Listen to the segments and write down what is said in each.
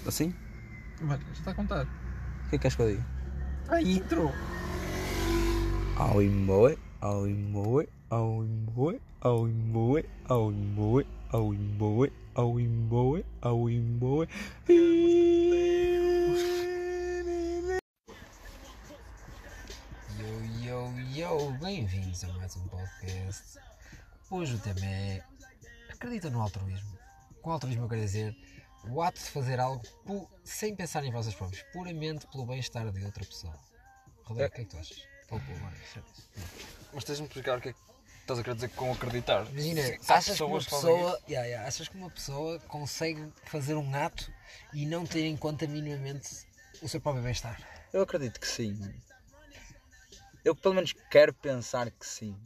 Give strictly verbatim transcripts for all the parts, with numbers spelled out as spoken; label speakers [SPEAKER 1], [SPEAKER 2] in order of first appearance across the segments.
[SPEAKER 1] Assim?
[SPEAKER 2] Mas já está a contar.
[SPEAKER 1] O que é que queres que eu diga?
[SPEAKER 2] A intro!
[SPEAKER 1] Ao imboe, ao imboe, ao imboe, ao imboe, ao imboe, ao imboe, ao imboe, ao imboe.
[SPEAKER 3] Yo, yo, yo, bem-vindos a mais um podcast. Hoje o tema é: acredita no altruísmo? Com altruísmo eu quero dizer o ato de fazer algo pu- sem pensar em vocês próprios, puramente pelo bem-estar de outra pessoa. Rodrigo, o que é que tu achas? Ou, ou, agora,
[SPEAKER 4] Mas tens-me explicar o que é que estás a querer dizer com acreditar.
[SPEAKER 3] imagina,
[SPEAKER 4] Se- se há
[SPEAKER 3] achas que uma
[SPEAKER 4] pessoas fazem
[SPEAKER 3] pessoa,
[SPEAKER 4] isso,
[SPEAKER 3] yeah, yeah, achas que uma pessoa consegue fazer um ato e não ter em conta minimamente o seu próprio bem-estar?
[SPEAKER 1] Eu acredito que sim. Eu pelo menos quero pensar que sim.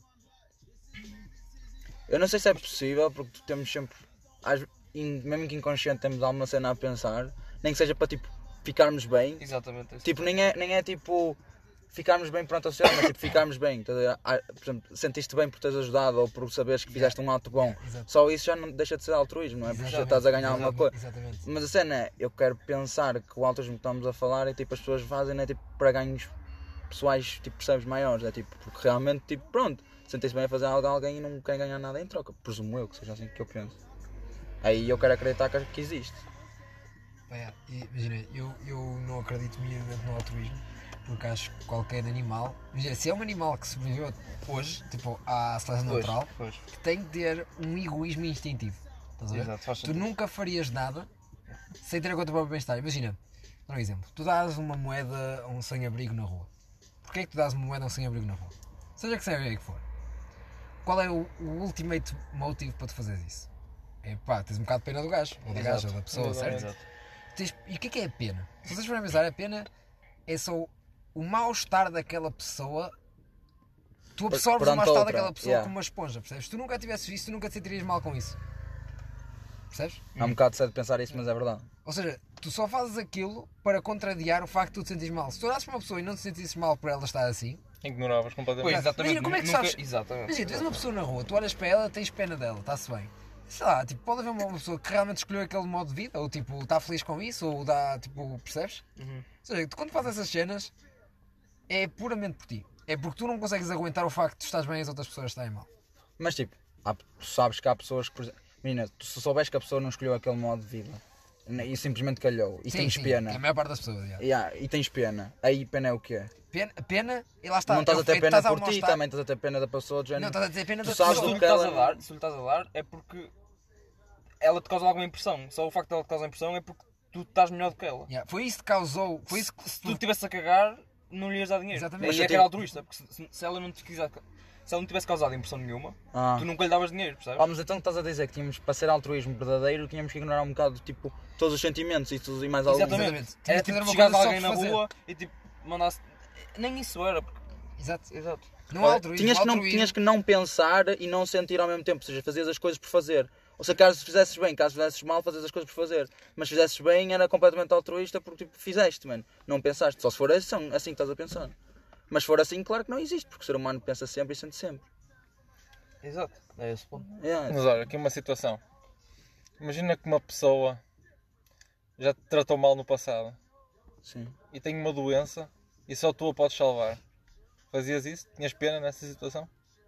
[SPEAKER 1] Eu não sei se é possível, porque temos sempre, às- in- mesmo que inconsciente, temos alguma cena a pensar, nem que seja para tipo ficarmos bem.
[SPEAKER 4] Exatamente. Isso.
[SPEAKER 1] Tipo, nem é, nem é tipo ficarmos bem perante a sociedade, mas tipo ficarmos bem. Estás a ver? Ah, por exemplo, sentiste bem por teres ajudado ou por saberes que fizeste um ato bom.
[SPEAKER 3] Exato.
[SPEAKER 1] Só isso já não deixa de ser altruísmo, não é? Porque já estás a ganhar alguma coisa.
[SPEAKER 3] Exatamente.
[SPEAKER 1] Mas a cena é, eu quero pensar que o altruísmo que estamos a falar é tipo as pessoas fazem, não é tipo para ganhos pessoais, tipo percebes maiores, é tipo, porque realmente tipo pronto, sentem-se bem a fazer algo a alguém e não querem ganhar nada em troca, presumo eu que seja assim que eu penso. Aí eu quero acreditar que, que existe.
[SPEAKER 3] Pá, é, imagina, eu, eu não acredito minimamente no altruísmo, porque acho que qualquer animal, imagina, se é um animal que sobreviveu hoje, tipo à seleção
[SPEAKER 4] Pois,
[SPEAKER 3] natural,
[SPEAKER 4] pois.
[SPEAKER 3] que tem que ter um egoísmo instintivo. Estás a ver?
[SPEAKER 4] Exato, faz
[SPEAKER 3] Tu
[SPEAKER 4] sentido.
[SPEAKER 3] nunca farias nada sem ter em conta o próprio bem-estar. Imagina, dá um exemplo, tu dás uma moeda a um sem-abrigo na rua. Porquê é que tu dás uma moeda a um sem-abrigo na rua? Seja que sem-abrigo que for. Qual é o, o ultimate motive para tu fazeres isso? É pá, tens um bocado de pena do gajo, ou da gaja, ou da pessoa, certo?
[SPEAKER 4] Exato.
[SPEAKER 3] Tens- E o que é que é a pena? Se vocês forem pensar, a pena é só o, o mal-estar daquela pessoa. Tu absorves o
[SPEAKER 1] perante
[SPEAKER 3] mal-estar
[SPEAKER 1] outra,
[SPEAKER 3] daquela pessoa
[SPEAKER 1] yeah.
[SPEAKER 3] como uma esponja, percebes? Se tu nunca tivesses isso, tu nunca te sentirias mal com isso. Percebes?
[SPEAKER 1] Há um bocado cedo de pensar isso, mas é verdade.
[SPEAKER 3] Ou seja, tu só fazes aquilo para contrariar o facto de tu te sentires mal. Se tu olhasses para uma pessoa e não te sentisses mal por ela estar assim,
[SPEAKER 4] Ignoravas completamente. Pois, exatamente.
[SPEAKER 3] imagina, como é que tu
[SPEAKER 4] Nunca-
[SPEAKER 3] sabes?
[SPEAKER 4] Exatamente.
[SPEAKER 3] Imagina, tu vês uma pessoa na rua, tu olhas para ela, tens pena dela, está-se bem. Sei lá, tipo, pode haver uma uma pessoa que realmente escolheu aquele modo de vida, ou tipo, está feliz com isso, ou dá, tipo, percebes?
[SPEAKER 4] Uhum.
[SPEAKER 3] Ou seja, tu quando fazes essas cenas, é puramente por ti. É porque tu não consegues aguentar o facto de tu estás bem e as outras pessoas estarem mal.
[SPEAKER 1] Mas tipo, há, tu sabes que há pessoas que, por exemplo, menina, tu se soubes que a pessoa não escolheu aquele modo de vida e simplesmente calhou e
[SPEAKER 3] Sim,
[SPEAKER 1] tens
[SPEAKER 3] sim,
[SPEAKER 1] pena.
[SPEAKER 3] é a maior parte das pessoas, já.
[SPEAKER 1] Yeah, e tens pena, aí pena é o quê?
[SPEAKER 3] Pena, pena, e lá está.
[SPEAKER 1] não estás
[SPEAKER 3] é o
[SPEAKER 1] a ter
[SPEAKER 3] feito,
[SPEAKER 1] pena
[SPEAKER 3] estás a
[SPEAKER 1] por ti,
[SPEAKER 3] mostrar-
[SPEAKER 1] também estás a ter pena da pessoa do género.
[SPEAKER 3] Não, estás a dizer pena
[SPEAKER 1] Tu
[SPEAKER 3] da
[SPEAKER 1] sabes
[SPEAKER 4] Mas se
[SPEAKER 3] pessoa.
[SPEAKER 1] o
[SPEAKER 4] tu lhe
[SPEAKER 1] que
[SPEAKER 4] estás
[SPEAKER 1] ela-
[SPEAKER 4] a dar, se lhe estás a dar, é porque ela te causa alguma impressão. Só o facto de ela te causar impressão é porque tu estás melhor do que ela.
[SPEAKER 3] Yeah, foi isso que causou. Foi isso que
[SPEAKER 4] Se tu te estivesse a cagar, não lhe ias dar dinheiro.
[SPEAKER 3] Exatamente.
[SPEAKER 4] Mas
[SPEAKER 1] Mas
[SPEAKER 4] é
[SPEAKER 1] eu
[SPEAKER 4] que era
[SPEAKER 1] tenho-
[SPEAKER 4] altruísta, porque se, se ela não te quisesse, se ela não tivesse causado impressão nenhuma,
[SPEAKER 1] Ah.
[SPEAKER 4] tu nunca lhe davas dinheiro, percebes?
[SPEAKER 1] Ah, mas então estás a dizer que tínhamos, para ser altruísmo verdadeiro, tínhamos que ignorar um bocado tipo, todos os sentimentos e, tudo, e mais alguns.
[SPEAKER 4] Exatamente.
[SPEAKER 3] Exatamente.
[SPEAKER 4] Era
[SPEAKER 3] Tinha que
[SPEAKER 4] tipo,
[SPEAKER 3] fazer uma
[SPEAKER 4] chegares a
[SPEAKER 3] coisa só
[SPEAKER 4] alguém na
[SPEAKER 3] por fazer.
[SPEAKER 4] rua e tipo, mandasse. Nem isso era. Porque...
[SPEAKER 3] Exato.
[SPEAKER 4] Exato.
[SPEAKER 3] Não há altruísmo.
[SPEAKER 1] tinhas, que não,
[SPEAKER 3] altruísmo-
[SPEAKER 1] tinhas que não pensar e não sentir ao mesmo tempo, ou seja, fazias as coisas por fazer. Ou seja, caso fizesses bem, caso fizesses mal, fazias as coisas por fazer. Mas se fizesses bem, era completamente altruísta porque tipo, fizeste, mano. Não pensaste. Só se for assim, assim que estás a pensar. Mas se for assim, claro que não existe, porque o ser humano pensa sempre e sente sempre.
[SPEAKER 4] Exato. É esse ponto.
[SPEAKER 1] Yeah.
[SPEAKER 5] Mas olha, aqui uma situação. Imagina que uma pessoa já te tratou mal no passado
[SPEAKER 1] Sim.
[SPEAKER 5] e tem uma doença e só tu a podes salvar. Fazias isso? Tinhas pena nessa situação?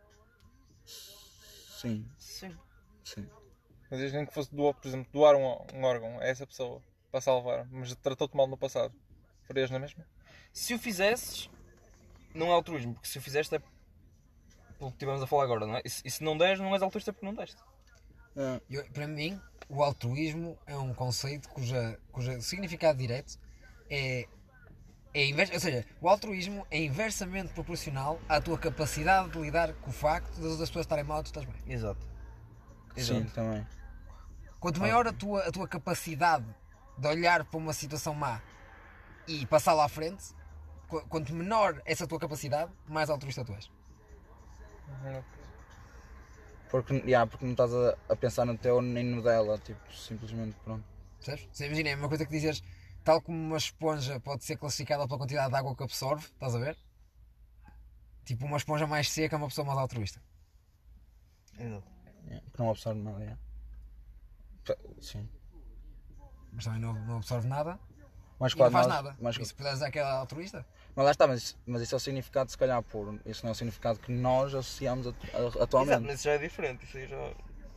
[SPEAKER 1] Sim.
[SPEAKER 4] Sim.
[SPEAKER 1] Sim.
[SPEAKER 5] Mas imagina que fosse doar, por exemplo, doar um, um órgão a essa pessoa para salvar, mas tratou-te mal no passado. Farias na mesma?
[SPEAKER 4] Se o fizesses, não é altruísmo, porque se o fizeste é pelo que estivemos a falar agora, não é? E se, e se não deres, não és altruísta porque não deste.
[SPEAKER 1] Yeah.
[SPEAKER 3] Eu- para mim, o altruísmo é um conceito cuja, cuja significado direto é, é inver- ou seja, o altruísmo é inversamente proporcional à tua capacidade de lidar com o facto das outras pessoas estarem mal e tu estás bem.
[SPEAKER 4] Exato.
[SPEAKER 1] Sim, também.
[SPEAKER 3] Quanto maior a tua, a tua capacidade de olhar para uma situação má e passá-la à frente, qu- quanto menor essa tua capacidade, mais altruísta tu és.
[SPEAKER 1] Porque, yeah, porque não estás a, a pensar no teu nem no dela, tipo, simplesmente pronto.
[SPEAKER 3] Percebes? Você imagina, é uma coisa que dizes, tal como uma esponja pode ser classificada pela quantidade de água que absorve, estás a ver? Tipo, uma esponja mais seca é uma pessoa mais altruísta.
[SPEAKER 4] Exato.
[SPEAKER 1] Yeah, porque não absorve nada, yeah. P- Sim.
[SPEAKER 3] mas também não, não absorve nada
[SPEAKER 1] Mas
[SPEAKER 3] e não
[SPEAKER 1] claro,
[SPEAKER 3] faz
[SPEAKER 1] nós-
[SPEAKER 3] nada.
[SPEAKER 1] mas-
[SPEAKER 3] E se puderes dar aquela altruísta,
[SPEAKER 1] Mas lá está, mas, mas isso é o significado se calhar puro. Isso não é o significado que nós associamos atu- a- atualmente.
[SPEAKER 4] Exato, mas isso já é diferente. Isso aí já...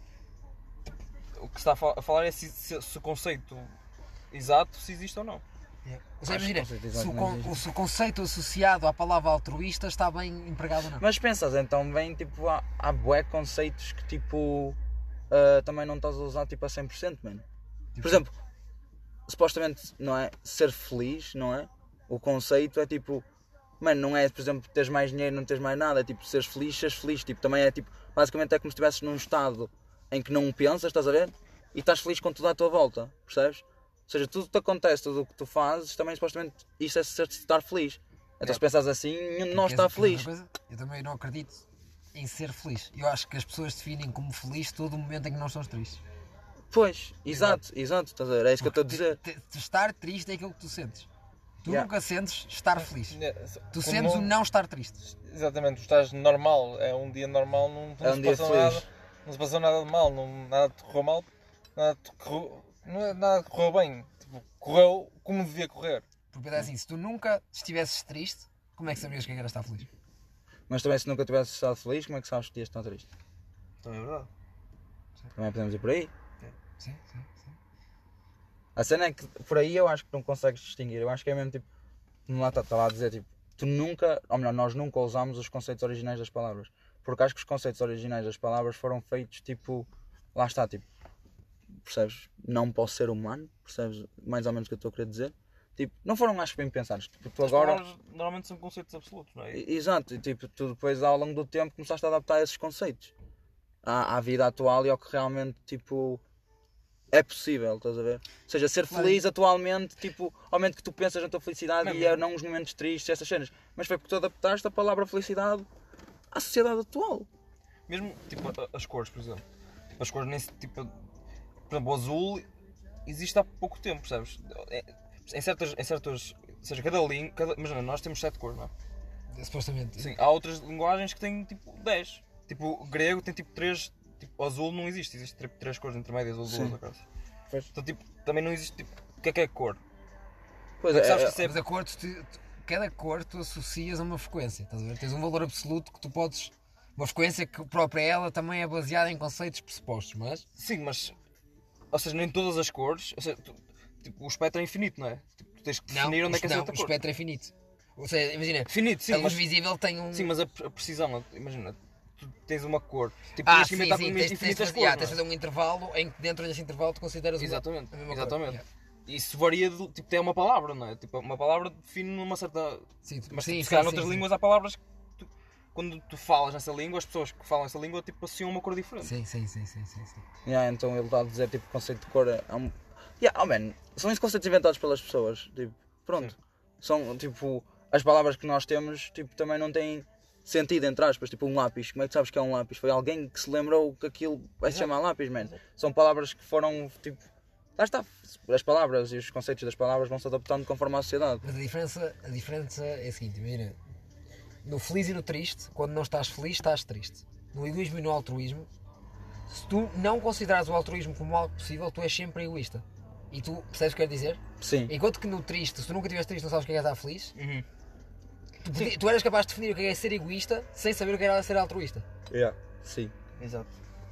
[SPEAKER 4] O que se está a fa- a falar é se, se, se o conceito exato se existe ou não.
[SPEAKER 3] ou seja,
[SPEAKER 1] Acho que
[SPEAKER 3] imagina,
[SPEAKER 1] o conceito
[SPEAKER 3] se
[SPEAKER 1] exato
[SPEAKER 3] o,
[SPEAKER 1] não
[SPEAKER 3] con-
[SPEAKER 1] existe.
[SPEAKER 3] se o conceito associado à palavra altruísta está bem empregado ou não.
[SPEAKER 1] Mas pensas, então vem tipo, há, há bué conceitos que tipo ah, também não estás a usar tipo a cem por cento, mano. Por exemplo, supostamente, não é? Ser feliz, não é? O conceito é tipo, mano, não é, por exemplo, teres mais dinheiro, não teres mais nada, é tipo, seres feliz, seres feliz, tipo, também é tipo, basicamente é como se estivesses num estado em que não pensas, estás a ver? E estás feliz com tudo à tua volta, percebes? Ou seja, tudo que te acontece, tudo o que tu fazes, também supostamente isso é ser- estar feliz. Então se pensares assim, nenhum de nós
[SPEAKER 3] Queres-
[SPEAKER 1] está
[SPEAKER 3] queres
[SPEAKER 1] feliz.
[SPEAKER 3] outra coisa? Eu também não acredito em ser feliz. Eu acho que as pessoas definem como feliz todo o momento em que não estão tristes.
[SPEAKER 1] Pois, exato, exato, estás a ver? É isso que eu estou a dizer.
[SPEAKER 3] Te- te- estar triste é aquilo que tu sentes. Tu
[SPEAKER 1] Yeah.
[SPEAKER 3] nunca sentes estar feliz.
[SPEAKER 5] É,
[SPEAKER 3] Tu
[SPEAKER 5] como
[SPEAKER 3] sentes o não estar triste.
[SPEAKER 5] Exatamente, tu estás normal, é um dia normal, não, não
[SPEAKER 1] É um
[SPEAKER 5] se
[SPEAKER 1] dia
[SPEAKER 5] passou
[SPEAKER 1] feliz.
[SPEAKER 5] nada, não se passou nada de mal, não, nada te correu mal, nada te correu, não é, nada te correu bem, tipo, correu como devia correr.
[SPEAKER 3] Porque é assim, se tu nunca estivesses triste, como é que sabias que era estar feliz?
[SPEAKER 1] Mas também se nunca tivesse estado feliz, como é que sabes que ias estar triste?
[SPEAKER 4] Também é verdade.
[SPEAKER 1] Também podemos ir por aí.
[SPEAKER 3] Sim, sim, sim.
[SPEAKER 1] A cena é que por aí eu acho que não consegues distinguir. Eu acho que é mesmo tipo, como lá estava a dizer, tipo, tu nunca, ou melhor, nós nunca usamos os conceitos originais das palavras. Porque acho que os conceitos originais das palavras foram feitos tipo, lá está, tipo, percebes? Não para o ser humano, percebes mais ou menos o que eu estou a querer dizer? Tipo, não foram acho que bem pensados. Tipo, tu
[SPEAKER 4] As
[SPEAKER 1] agora.
[SPEAKER 4] palavras normalmente são conceitos absolutos, não é?
[SPEAKER 1] E- Exato, e tipo, tu depois ao longo do tempo começaste a adaptar esses conceitos à, à vida atual e ao que realmente tipo é possível, estás a ver? Ou seja, ser feliz atualmente, tipo, ao momento que tu pensas na tua felicidade
[SPEAKER 4] Não,
[SPEAKER 1] e é
[SPEAKER 4] mas-
[SPEAKER 1] não os momentos tristes, essas cenas, mas foi porque tu adaptaste a palavra felicidade à sociedade atual.
[SPEAKER 4] Mesmo tipo a- as cores, por exemplo. Tipo, as cores nem se- tipo, por exemplo, o azul existe há pouco tempo, percebes? É- Em certas, em certas, ou seja, cada língua, cada, imagina, nós temos sete cores, não é?
[SPEAKER 3] Supostamente.
[SPEAKER 4] Sim, há outras linguagens que têm tipo dez. Tipo, o grego tem tipo três, tipo, o azul não existe, existe tipo, três cores intermédias, o azul,
[SPEAKER 1] Sim.
[SPEAKER 4] por acaso.
[SPEAKER 1] Pois.
[SPEAKER 4] Então tipo, também não existe tipo, o que é que é cor?
[SPEAKER 1] Pois
[SPEAKER 4] Mas
[SPEAKER 1] é,
[SPEAKER 4] sabes
[SPEAKER 1] é,
[SPEAKER 4] que isso é
[SPEAKER 3] Mas a cor, tu, tu- cada cor tu associas a uma frequência, estás a ver? Tens um valor absoluto que tu podes. Uma frequência que própria ela também é baseada em conceitos pressupostos, mas.
[SPEAKER 4] Sim, mas. Ou seja, nem todas as cores. Ou seja, tu- tipo, o espectro é infinito, não é? Tipo, tu tens que definir
[SPEAKER 3] Não,
[SPEAKER 4] onde é que é
[SPEAKER 3] não,
[SPEAKER 4] certa
[SPEAKER 3] o
[SPEAKER 4] cor.
[SPEAKER 3] espectro é finito. Ou seja, imagina,
[SPEAKER 4] Infinito, sim,
[SPEAKER 3] a luz
[SPEAKER 4] mas,
[SPEAKER 3] visível tem um.
[SPEAKER 4] sim, mas a, a precisão, imagina, tu tens uma cor. Tipo,
[SPEAKER 3] Ah,
[SPEAKER 4] tens que
[SPEAKER 3] sim,
[SPEAKER 4] inventar
[SPEAKER 3] sim,
[SPEAKER 4] com
[SPEAKER 3] tens, tens, de
[SPEAKER 4] infinitas
[SPEAKER 3] fazer,
[SPEAKER 4] cores.
[SPEAKER 3] yeah,
[SPEAKER 4] não
[SPEAKER 3] tens de
[SPEAKER 4] é?
[SPEAKER 3] fazer um intervalo em que dentro desse intervalo tu consideras uma-
[SPEAKER 4] Exatamente,
[SPEAKER 3] a mesma cor.
[SPEAKER 4] exatamente.
[SPEAKER 3] Yeah.
[SPEAKER 4] Isso varia, de, tipo, tem uma palavra, não é? Tipo, uma palavra define uma certa.
[SPEAKER 3] Sim, tu-
[SPEAKER 4] Mas
[SPEAKER 3] sim,
[SPEAKER 4] tipo, se
[SPEAKER 3] sim,
[SPEAKER 4] calhar
[SPEAKER 3] sim,
[SPEAKER 4] noutras
[SPEAKER 3] sim.
[SPEAKER 4] línguas há palavras que tu- quando tu falas nessa língua, as pessoas que falam essa língua tipo, associam uma cor diferente.
[SPEAKER 3] Sim, sim, sim, sim, sim, sim.
[SPEAKER 1] yeah, então ele está a dizer tipo conceito de cor é um. Yeah, oh man, são esses conceitos inventados pelas pessoas. Tipo, pronto. São tipo. As palavras que nós temos tipo, também não têm sentido, entre aspas. Tipo, um lápis. Como é que sabes que é um lápis? Foi alguém que se lembrou que aquilo vai se chamar lápis, man. São palavras que foram tipo. Lá está. As palavras e os conceitos das palavras vão se adaptando conforme a sociedade.
[SPEAKER 3] Mas a diferença, a diferença é a seguinte, imagina, no feliz e no triste, quando não estás feliz, estás triste. No egoísmo e no altruísmo, se tu não considerares o altruísmo como algo possível, tu és sempre egoísta. E tu percebes o que quero dizer?
[SPEAKER 1] Sim.
[SPEAKER 3] Enquanto que no triste, se tu nunca estiveres triste, não sabes o que é estar feliz,
[SPEAKER 4] Uhum.
[SPEAKER 3] tu, podi- tu eras capaz de definir o que é ser egoísta sem saber o que era ser altruísta.
[SPEAKER 1] Yeah. Sim.
[SPEAKER 4] Exato.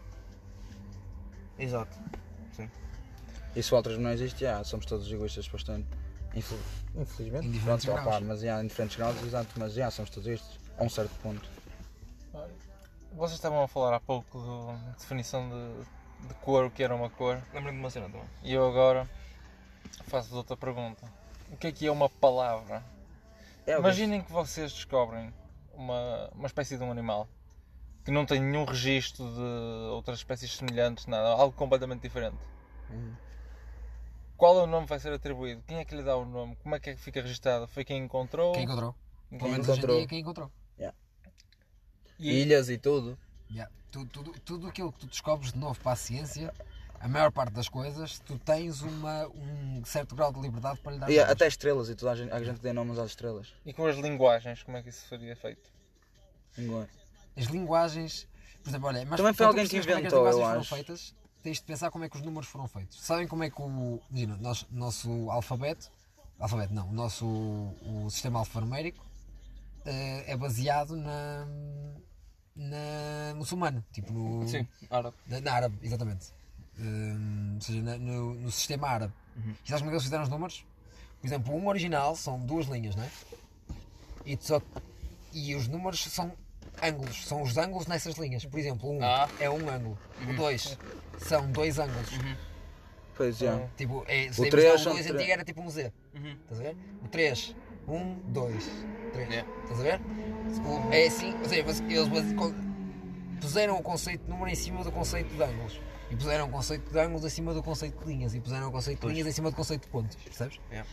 [SPEAKER 4] Exato.
[SPEAKER 1] E se o altruísmo não existe, yeah, somos todos egoístas bastante. Infel- Infelizmente.
[SPEAKER 3] Em diferentes
[SPEAKER 1] Pronto,
[SPEAKER 3] graus.
[SPEAKER 1] opá, mas yeah, em diferentes graus, exato. Mas yeah, somos todos estes. A um certo ponto.
[SPEAKER 5] Vocês estavam a falar há pouco da definição de, de cor, o que era uma cor,
[SPEAKER 4] Lembro-me de uma cena também.
[SPEAKER 5] e eu agora faço-vos outra pergunta. O que é que é uma palavra?
[SPEAKER 1] É,
[SPEAKER 5] Imaginem que vocês descobrem uma, uma espécie de um animal que não tem nenhum registro de outras espécies semelhantes, nada, algo completamente diferente.
[SPEAKER 1] Uhum.
[SPEAKER 5] Qual é o nome que vai ser atribuído? Quem é que lhe dá o nome? Como é que é que fica registado? Foi quem encontrou?
[SPEAKER 3] Quem encontrou?
[SPEAKER 5] Quem
[SPEAKER 3] Pelo menos hoje em
[SPEAKER 1] encontrou.
[SPEAKER 3] dia, quem encontrou.
[SPEAKER 5] E-
[SPEAKER 1] Ilhas e tudo.
[SPEAKER 3] Yeah. Tudo, tudo, tudo aquilo que tu descobres de novo para a ciência, a maior parte das coisas, tu tens uma, um certo grau de liberdade para lhe dar
[SPEAKER 1] E
[SPEAKER 3] nomes.
[SPEAKER 1] até estrelas e toda a gente, há gente que dê nomes às estrelas.
[SPEAKER 5] E com as linguagens, como é que isso seria feito?
[SPEAKER 1] Igual.
[SPEAKER 3] As linguagens, por exemplo, olha, mas
[SPEAKER 1] Também foi
[SPEAKER 3] para tu
[SPEAKER 1] alguém que
[SPEAKER 3] perceberes como é
[SPEAKER 1] inventou,
[SPEAKER 3] as
[SPEAKER 1] eu
[SPEAKER 3] linguagens
[SPEAKER 1] acho.
[SPEAKER 3] foram feitas, tens de pensar como é que os números foram feitos. Sabem como é que o imagina, nosso, nosso alfabeto, alfabeto não, o nosso o sistema alfanumérico uh, é baseado na, na muçulmano, tipo no
[SPEAKER 4] Sim, árabe.
[SPEAKER 3] na, na árabe, exatamente. Um, ou seja, na, no, no sistema árabe.
[SPEAKER 4] Uhum.
[SPEAKER 3] E sabes como é que eles fizeram os números? Por exemplo, um original são duas linhas, não é? E, só, e os números são ângulos, são os ângulos nessas linhas. Por exemplo, um
[SPEAKER 4] Ah.
[SPEAKER 3] é um ângulo, o dois são dois ângulos.
[SPEAKER 1] Pois é.
[SPEAKER 3] Tipo, é,
[SPEAKER 1] O
[SPEAKER 3] se
[SPEAKER 1] três
[SPEAKER 3] o
[SPEAKER 1] são
[SPEAKER 3] dois
[SPEAKER 1] três.
[SPEAKER 3] antigo era tipo um Z.
[SPEAKER 4] Uhum.
[SPEAKER 3] Estás a ver? O três, um, dois, três.
[SPEAKER 4] Yeah.
[SPEAKER 3] Estás a ver? O- é assim, ou seja, eles base- co- puseram o conceito de número em cima do conceito de ângulos. E puseram o conceito de ângulos acima do conceito de linhas. E puseram o conceito de
[SPEAKER 4] Pois.
[SPEAKER 3] linhas acima do conceito de pontos. Percebes?
[SPEAKER 4] Yeah.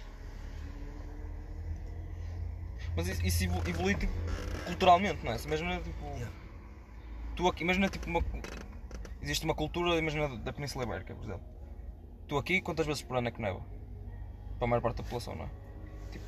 [SPEAKER 4] Mas isso, isso evolu- evolui tipo, culturalmente, não é? Imagina tipo.
[SPEAKER 3] Yeah.
[SPEAKER 4] Tu aqui, imagina tipo uma. Existe uma cultura, imagina da Península Ibérica, por exemplo. Tu aqui, quantas vezes por ano é que neva? Para a maior parte da população, não é? Tipo.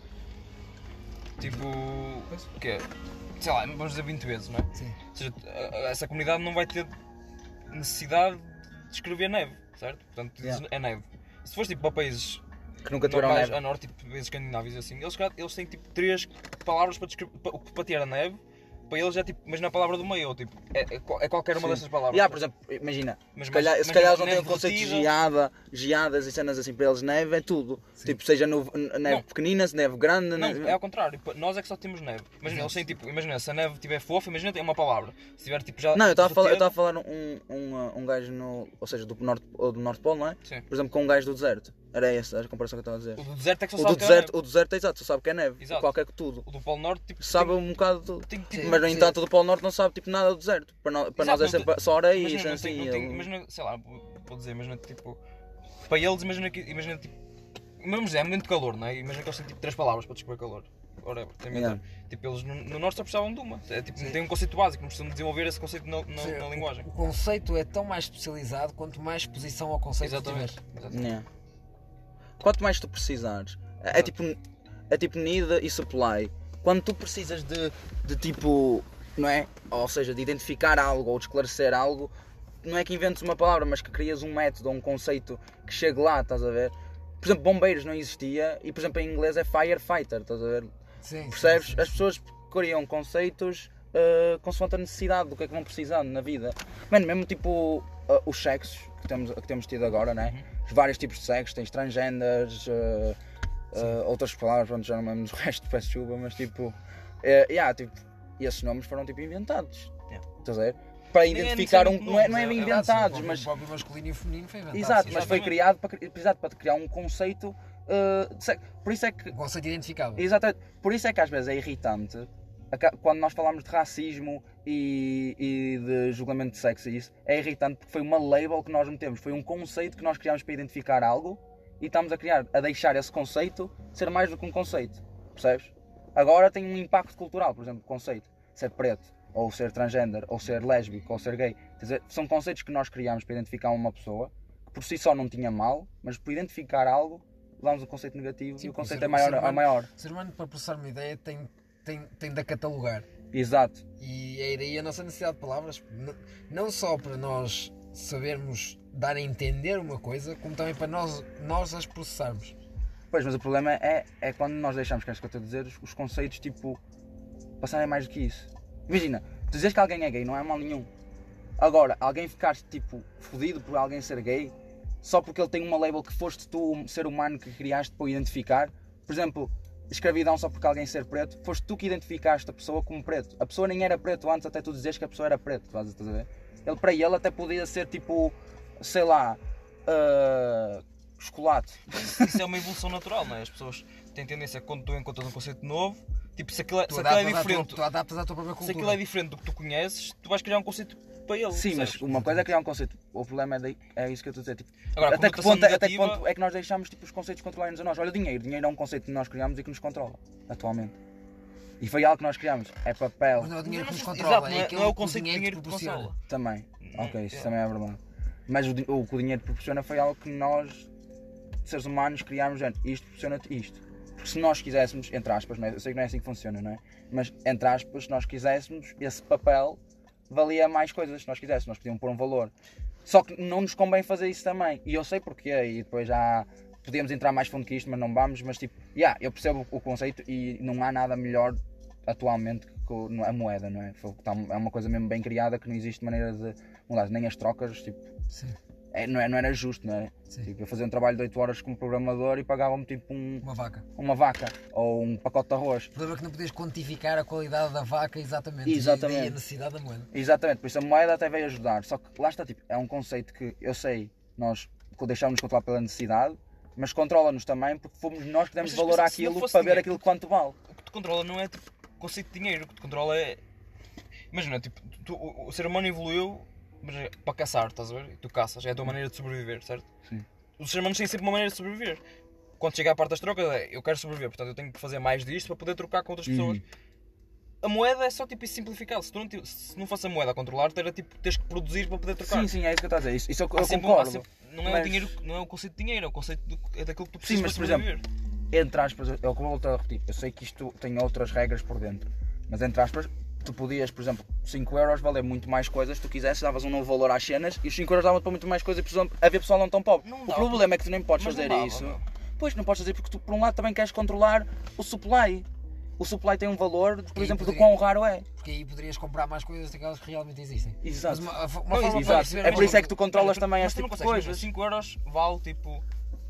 [SPEAKER 4] Tipo. O quê? Sei lá, vamos dizer vinte vezes, não é?
[SPEAKER 3] Sim.
[SPEAKER 4] Ou seja, a- a- essa comunidade não vai ter necessidade de escrever neve, certo? Portanto, dizes
[SPEAKER 1] Yeah.
[SPEAKER 4] é neve. Se fores tipo para países
[SPEAKER 1] Que nunca tiveram
[SPEAKER 4] normais
[SPEAKER 1] neve.
[SPEAKER 4] a norte, tipo países escandinavos e assim, eles, eles têm tipo três palavras para descrever para, para ter a neve. Para eles é tipo, imagina a palavra do meio, tipo, é, é, qual- é qualquer uma
[SPEAKER 1] Sim.
[SPEAKER 4] dessas palavras.
[SPEAKER 1] Yeah, por exemplo, imagina,
[SPEAKER 4] Mas-
[SPEAKER 1] se calhar,
[SPEAKER 4] mas-
[SPEAKER 1] se calhar
[SPEAKER 4] mas
[SPEAKER 1] eles não têm o
[SPEAKER 4] neve
[SPEAKER 1] conceito de
[SPEAKER 4] derretida.
[SPEAKER 1] geada, geadas e cenas assim, para eles neve é tudo. Tipo, seja no- neve
[SPEAKER 4] Não.
[SPEAKER 1] pequenina, se neve grande,
[SPEAKER 4] Não,
[SPEAKER 1] neve...
[SPEAKER 4] é ao contrário, pá, nós é que só temos neve. Imagina, eles têm tipo, imagina, se a neve estiver fofa, imagina tem uma palavra. Se tiver tipo já.
[SPEAKER 1] Não, eu estava a falar, eu
[SPEAKER 4] derretida-
[SPEAKER 1] estava a falar um, um, uh, um gajo no, ou seja, do norte, ou do norte polo, não é?
[SPEAKER 4] Sim.
[SPEAKER 1] Por exemplo, com um gajo do deserto. Era essa a comparação que eu estava a dizer.
[SPEAKER 4] O do deserto é que só
[SPEAKER 1] O
[SPEAKER 4] sabe
[SPEAKER 1] do
[SPEAKER 4] que é
[SPEAKER 1] deserto,
[SPEAKER 4] neve.
[SPEAKER 1] o deserto é exato, só sabe que é neve.
[SPEAKER 4] Exato.
[SPEAKER 1] Qualquer que tudo.
[SPEAKER 4] O do Polo Norte, tipo,
[SPEAKER 1] Sabe
[SPEAKER 4] tem-
[SPEAKER 1] um bocado de tudo.
[SPEAKER 4] tem,
[SPEAKER 3] Sim.
[SPEAKER 4] tipo,
[SPEAKER 1] Mas no
[SPEAKER 3] sim.
[SPEAKER 1] entanto o do Polo Norte não sabe tipo nada do deserto. Para, nós para nós
[SPEAKER 4] Exato,
[SPEAKER 1] é
[SPEAKER 4] não
[SPEAKER 1] sempre
[SPEAKER 4] tem-
[SPEAKER 1] só areia e
[SPEAKER 4] Imagina, não
[SPEAKER 1] assim.
[SPEAKER 4] tem- não
[SPEAKER 1] ele-
[SPEAKER 4] tem- imagina, sei lá, vou dizer, imagina tipo. Para eles, imagina que. Imagina tipo. Vamos dizer, é muito calor, não é? Imagina que eles têm tipo três palavras para descrever calor. Ora, tem
[SPEAKER 1] Yeah.
[SPEAKER 4] Tipo, eles no, no norte só precisavam de uma. É, tipo, têm um conceito básico, não precisam de desenvolver esse conceito na, na,
[SPEAKER 3] Sim,
[SPEAKER 4] na
[SPEAKER 3] o-
[SPEAKER 4] linguagem.
[SPEAKER 3] O conceito é tão mais especializado quanto mais exposição ao conceito
[SPEAKER 4] Exatamente.
[SPEAKER 3] que tiveres.
[SPEAKER 4] Exatamente.
[SPEAKER 1] Yeah. Quanto mais tu precisares, é, é tipo é tipo need e supply. Quando tu precisas de, de tipo, não é? Ou seja, de identificar algo ou de esclarecer algo, não é que inventes uma palavra, mas que crias um método ou um conceito que chegue lá, estás a ver? Por exemplo, bombeiros não existia e, por exemplo, em inglês é firefighter, estás a ver?
[SPEAKER 3] Sim,
[SPEAKER 1] Percebes?
[SPEAKER 3] sim, sim,
[SPEAKER 1] As pessoas criam conceitos uh, consoante a necessidade do que é que vão precisando na vida. Mano, mesmo tipo uh, os sexos que temos, que temos tido agora, né? Os vários tipos de sexos, tens transgenders, uh, uh, outras palavras, pronto, já não me lembro do resto, peço desculpa, mas tipo, uh, yeah, tipo, esses nomes foram tipo inventados.
[SPEAKER 4] Yeah.
[SPEAKER 1] Estás a ver? Para
[SPEAKER 4] Nem é
[SPEAKER 1] identificar um.
[SPEAKER 4] necessariamente
[SPEAKER 1] Não é, não é
[SPEAKER 4] nomes, é- é
[SPEAKER 1] inventados,
[SPEAKER 3] Sim, o
[SPEAKER 1] mas.
[SPEAKER 3] próprio masculino e o feminino foi inventado.
[SPEAKER 1] Exato,
[SPEAKER 3] sim.
[SPEAKER 1] mas foi
[SPEAKER 4] Exatamente.
[SPEAKER 1] criado para, cri- exato, para criar um conceito uh, de sexo. Por isso é que
[SPEAKER 3] Um conceito identificável.
[SPEAKER 1] Exatamente. Por isso é que às vezes é irritante aca- quando nós falamos de racismo e, e de julgamento de sexo e isso, é irritante porque foi uma label que nós metemos, foi um conceito que nós criámos para identificar algo e estamos a criar, a deixar esse conceito ser mais do que um conceito, percebes? Agora tem um impacto cultural, por exemplo, o conceito, ser preto, ou ser transgender, ou ser lésbico, ou ser gay, quer dizer, são conceitos que nós criámos para identificar uma pessoa, que por si só não tinha mal, mas por identificar algo, damos o conceito negativo
[SPEAKER 3] Sim,
[SPEAKER 1] e o
[SPEAKER 3] porque
[SPEAKER 1] conceito
[SPEAKER 3] ser-
[SPEAKER 1] é maior,
[SPEAKER 3] ser
[SPEAKER 1] é
[SPEAKER 3] humano-
[SPEAKER 1] maior.
[SPEAKER 3] O ser humano, para processar uma ideia, tem, tem, tem de a catalogar.
[SPEAKER 1] Exato.
[SPEAKER 3] E é daí a nossa necessidade de palavras, n- não só para nós sabermos dar a entender uma coisa, como também para nós, nós as processarmos.
[SPEAKER 1] Pois, mas o problema é, é quando nós deixamos, que é isso que eu estou a dizer, os, os conceitos tipo passarem mais do que isso. Imagina, tu dizes que alguém é gay, não é mal nenhum. Agora, alguém ficar tipo fodido por alguém ser gay, só porque ele tem uma label que foste tu, um ser humano que criaste para o identificar. Por exemplo, escravidão só porque alguém ser preto, foste tu que identificaste a pessoa como preto. A pessoa nem era preto antes até tu dizeres que a pessoa era preto, estás a ver? Ele, para ele até podia ser tipo, sei lá, uh, chocolate.
[SPEAKER 4] Isso é uma evolução natural, não é? As pessoas têm tendência, quando tu encontras um conceito novo, tipo, se aquilo é,
[SPEAKER 3] Tu
[SPEAKER 4] se aquilo é
[SPEAKER 3] adaptas, à tua,
[SPEAKER 4] diferente,
[SPEAKER 3] tu adaptas à tua própria
[SPEAKER 4] se
[SPEAKER 3] cultura.
[SPEAKER 4] aquilo é diferente do que tu conheces, tu vais criar um conceito para ele.
[SPEAKER 1] Sim, mas
[SPEAKER 4] percebes?
[SPEAKER 1] uma coisa é criar um conceito, o problema é, daí, é isso que eu estou a dizer. Tipo,
[SPEAKER 4] Agora, a
[SPEAKER 1] até, que
[SPEAKER 4] conotação
[SPEAKER 1] ponto, até que
[SPEAKER 4] negativa-
[SPEAKER 1] ponto é que nós deixamos tipo, os conceitos controlarem-nos a nós? Olha, dinheiro. Dinheiro é um conceito que nós criamos e que nos controla, atualmente. E foi algo que nós criamos. É papel
[SPEAKER 3] Mas não é o dinheiro que nos
[SPEAKER 4] Exato,
[SPEAKER 3] controla,
[SPEAKER 4] não é-
[SPEAKER 3] aquele
[SPEAKER 4] não é o
[SPEAKER 3] que
[SPEAKER 4] conceito de
[SPEAKER 3] dinheiro
[SPEAKER 4] dinheiro
[SPEAKER 3] te
[SPEAKER 4] que te
[SPEAKER 3] proporciona.
[SPEAKER 4] consola.
[SPEAKER 1] também.
[SPEAKER 4] Não,
[SPEAKER 1] Ok, isso
[SPEAKER 4] é.
[SPEAKER 1] também é verdade. Mas o, di- o que o dinheiro proporciona foi algo que nós, seres humanos, criámos. Gente, isto proporciona-te isto. Porque se nós quiséssemos, entre aspas, não é? Eu sei que não é assim que funciona, não é? Mas, entre aspas, se nós quiséssemos, esse papel valia mais coisas. Se nós quiséssemos, nós podíamos pôr um valor Só que não nos convém fazer isso também. E eu sei porquê, e depois já podíamos entrar mais fundo que isto, mas não vamos. Mas tipo, yeah, eu percebo o conceito e não há nada melhor atualmente que a moeda, não é? É uma coisa mesmo bem criada que não existe maneira de mudar. Nem as trocas, tipo, é, não, é, não era justo, não é? Tipo, eu fazia um trabalho de oito horas como programador e pagava-me tipo um,
[SPEAKER 3] Uma vaca.
[SPEAKER 1] uma vaca ou um pacote de arroz.
[SPEAKER 3] O problema é que não podias quantificar a qualidade da vaca exatamente.
[SPEAKER 1] Exatamente.
[SPEAKER 3] E daí a necessidade da moeda.
[SPEAKER 1] Exatamente, por isso a moeda até veio ajudar. Só que lá está, tipo, é um conceito que eu sei, nós deixámos-nos controlar pela necessidade, mas controla-nos também porque fomos nós que demos
[SPEAKER 4] Mas
[SPEAKER 1] valor
[SPEAKER 4] se não
[SPEAKER 1] àquilo
[SPEAKER 4] fosse
[SPEAKER 1] para ver
[SPEAKER 4] dinheiro,
[SPEAKER 1] aquilo quanto vale.
[SPEAKER 4] O que te controla não é tipo o conceito de dinheiro, o que te controla é. Imagina, tipo, tu- o, o ser humano evoluiu imagina, para caçar, estás a ver? E tu caças, é a tua maneira de sobreviver, certo?
[SPEAKER 1] Sim.
[SPEAKER 4] Os seres humanos têm sempre uma maneira de sobreviver. Quando chega à parte das trocas, é eu quero sobreviver, portanto eu tenho que fazer mais disto para poder trocar com outras pessoas.
[SPEAKER 1] Uhum.
[SPEAKER 4] A moeda é só tipo isso simplificado. Se, tu não, tiv- se não fosse a moeda a controlar, era tipo teres que produzir para poder trocar.
[SPEAKER 1] Sim, sim, é isso que eu estou a dizer. Isso, isso eu,
[SPEAKER 4] Há
[SPEAKER 1] eu
[SPEAKER 4] sempre um- há
[SPEAKER 1] concordo.
[SPEAKER 4] sempre- não, é
[SPEAKER 1] mas-
[SPEAKER 4] o dinheiro, não é o conceito de dinheiro, é o conceito do, é daquilo que tu
[SPEAKER 1] Sim,
[SPEAKER 4] precisas
[SPEAKER 1] mas,
[SPEAKER 4] para
[SPEAKER 1] por exemplo,
[SPEAKER 4] sobreviver.
[SPEAKER 1] entre aspas, é o que eu vou voltar a repetir. Eu sei que isto tem outras regras por dentro, mas entre aspas, tu podias, por exemplo, cinco euros valer muito mais coisas, se tu quisesse, davas um novo valor às cenas e os cinco euros davam para muito mais coisas e precisam- havia pessoal não tão pobre.
[SPEAKER 4] Não
[SPEAKER 1] O
[SPEAKER 4] dá,
[SPEAKER 1] problema é que tu nem podes
[SPEAKER 4] mas não
[SPEAKER 1] fazer
[SPEAKER 4] dava,
[SPEAKER 1] isso.
[SPEAKER 4] não.
[SPEAKER 1] Pois, não podes fazer porque tu, por um lado, também queres controlar o supply. O supply tem um valor, por
[SPEAKER 3] aí
[SPEAKER 1] exemplo, do
[SPEAKER 3] poderia-
[SPEAKER 1] quão raro é.
[SPEAKER 3] Porque aí poderias comprar mais coisas daquelas que realmente existem.
[SPEAKER 1] Exato.
[SPEAKER 3] Mas uma, uma
[SPEAKER 4] Não,
[SPEAKER 3] forma para
[SPEAKER 1] exato.
[SPEAKER 3] perceber-
[SPEAKER 1] É por isso é que tu controlas
[SPEAKER 4] Imagina,
[SPEAKER 1] também
[SPEAKER 4] mas
[SPEAKER 1] este
[SPEAKER 4] tu não
[SPEAKER 1] tipo de
[SPEAKER 4] consegues,
[SPEAKER 1] coisas.
[SPEAKER 4] imagina, cinco euros vale tipo.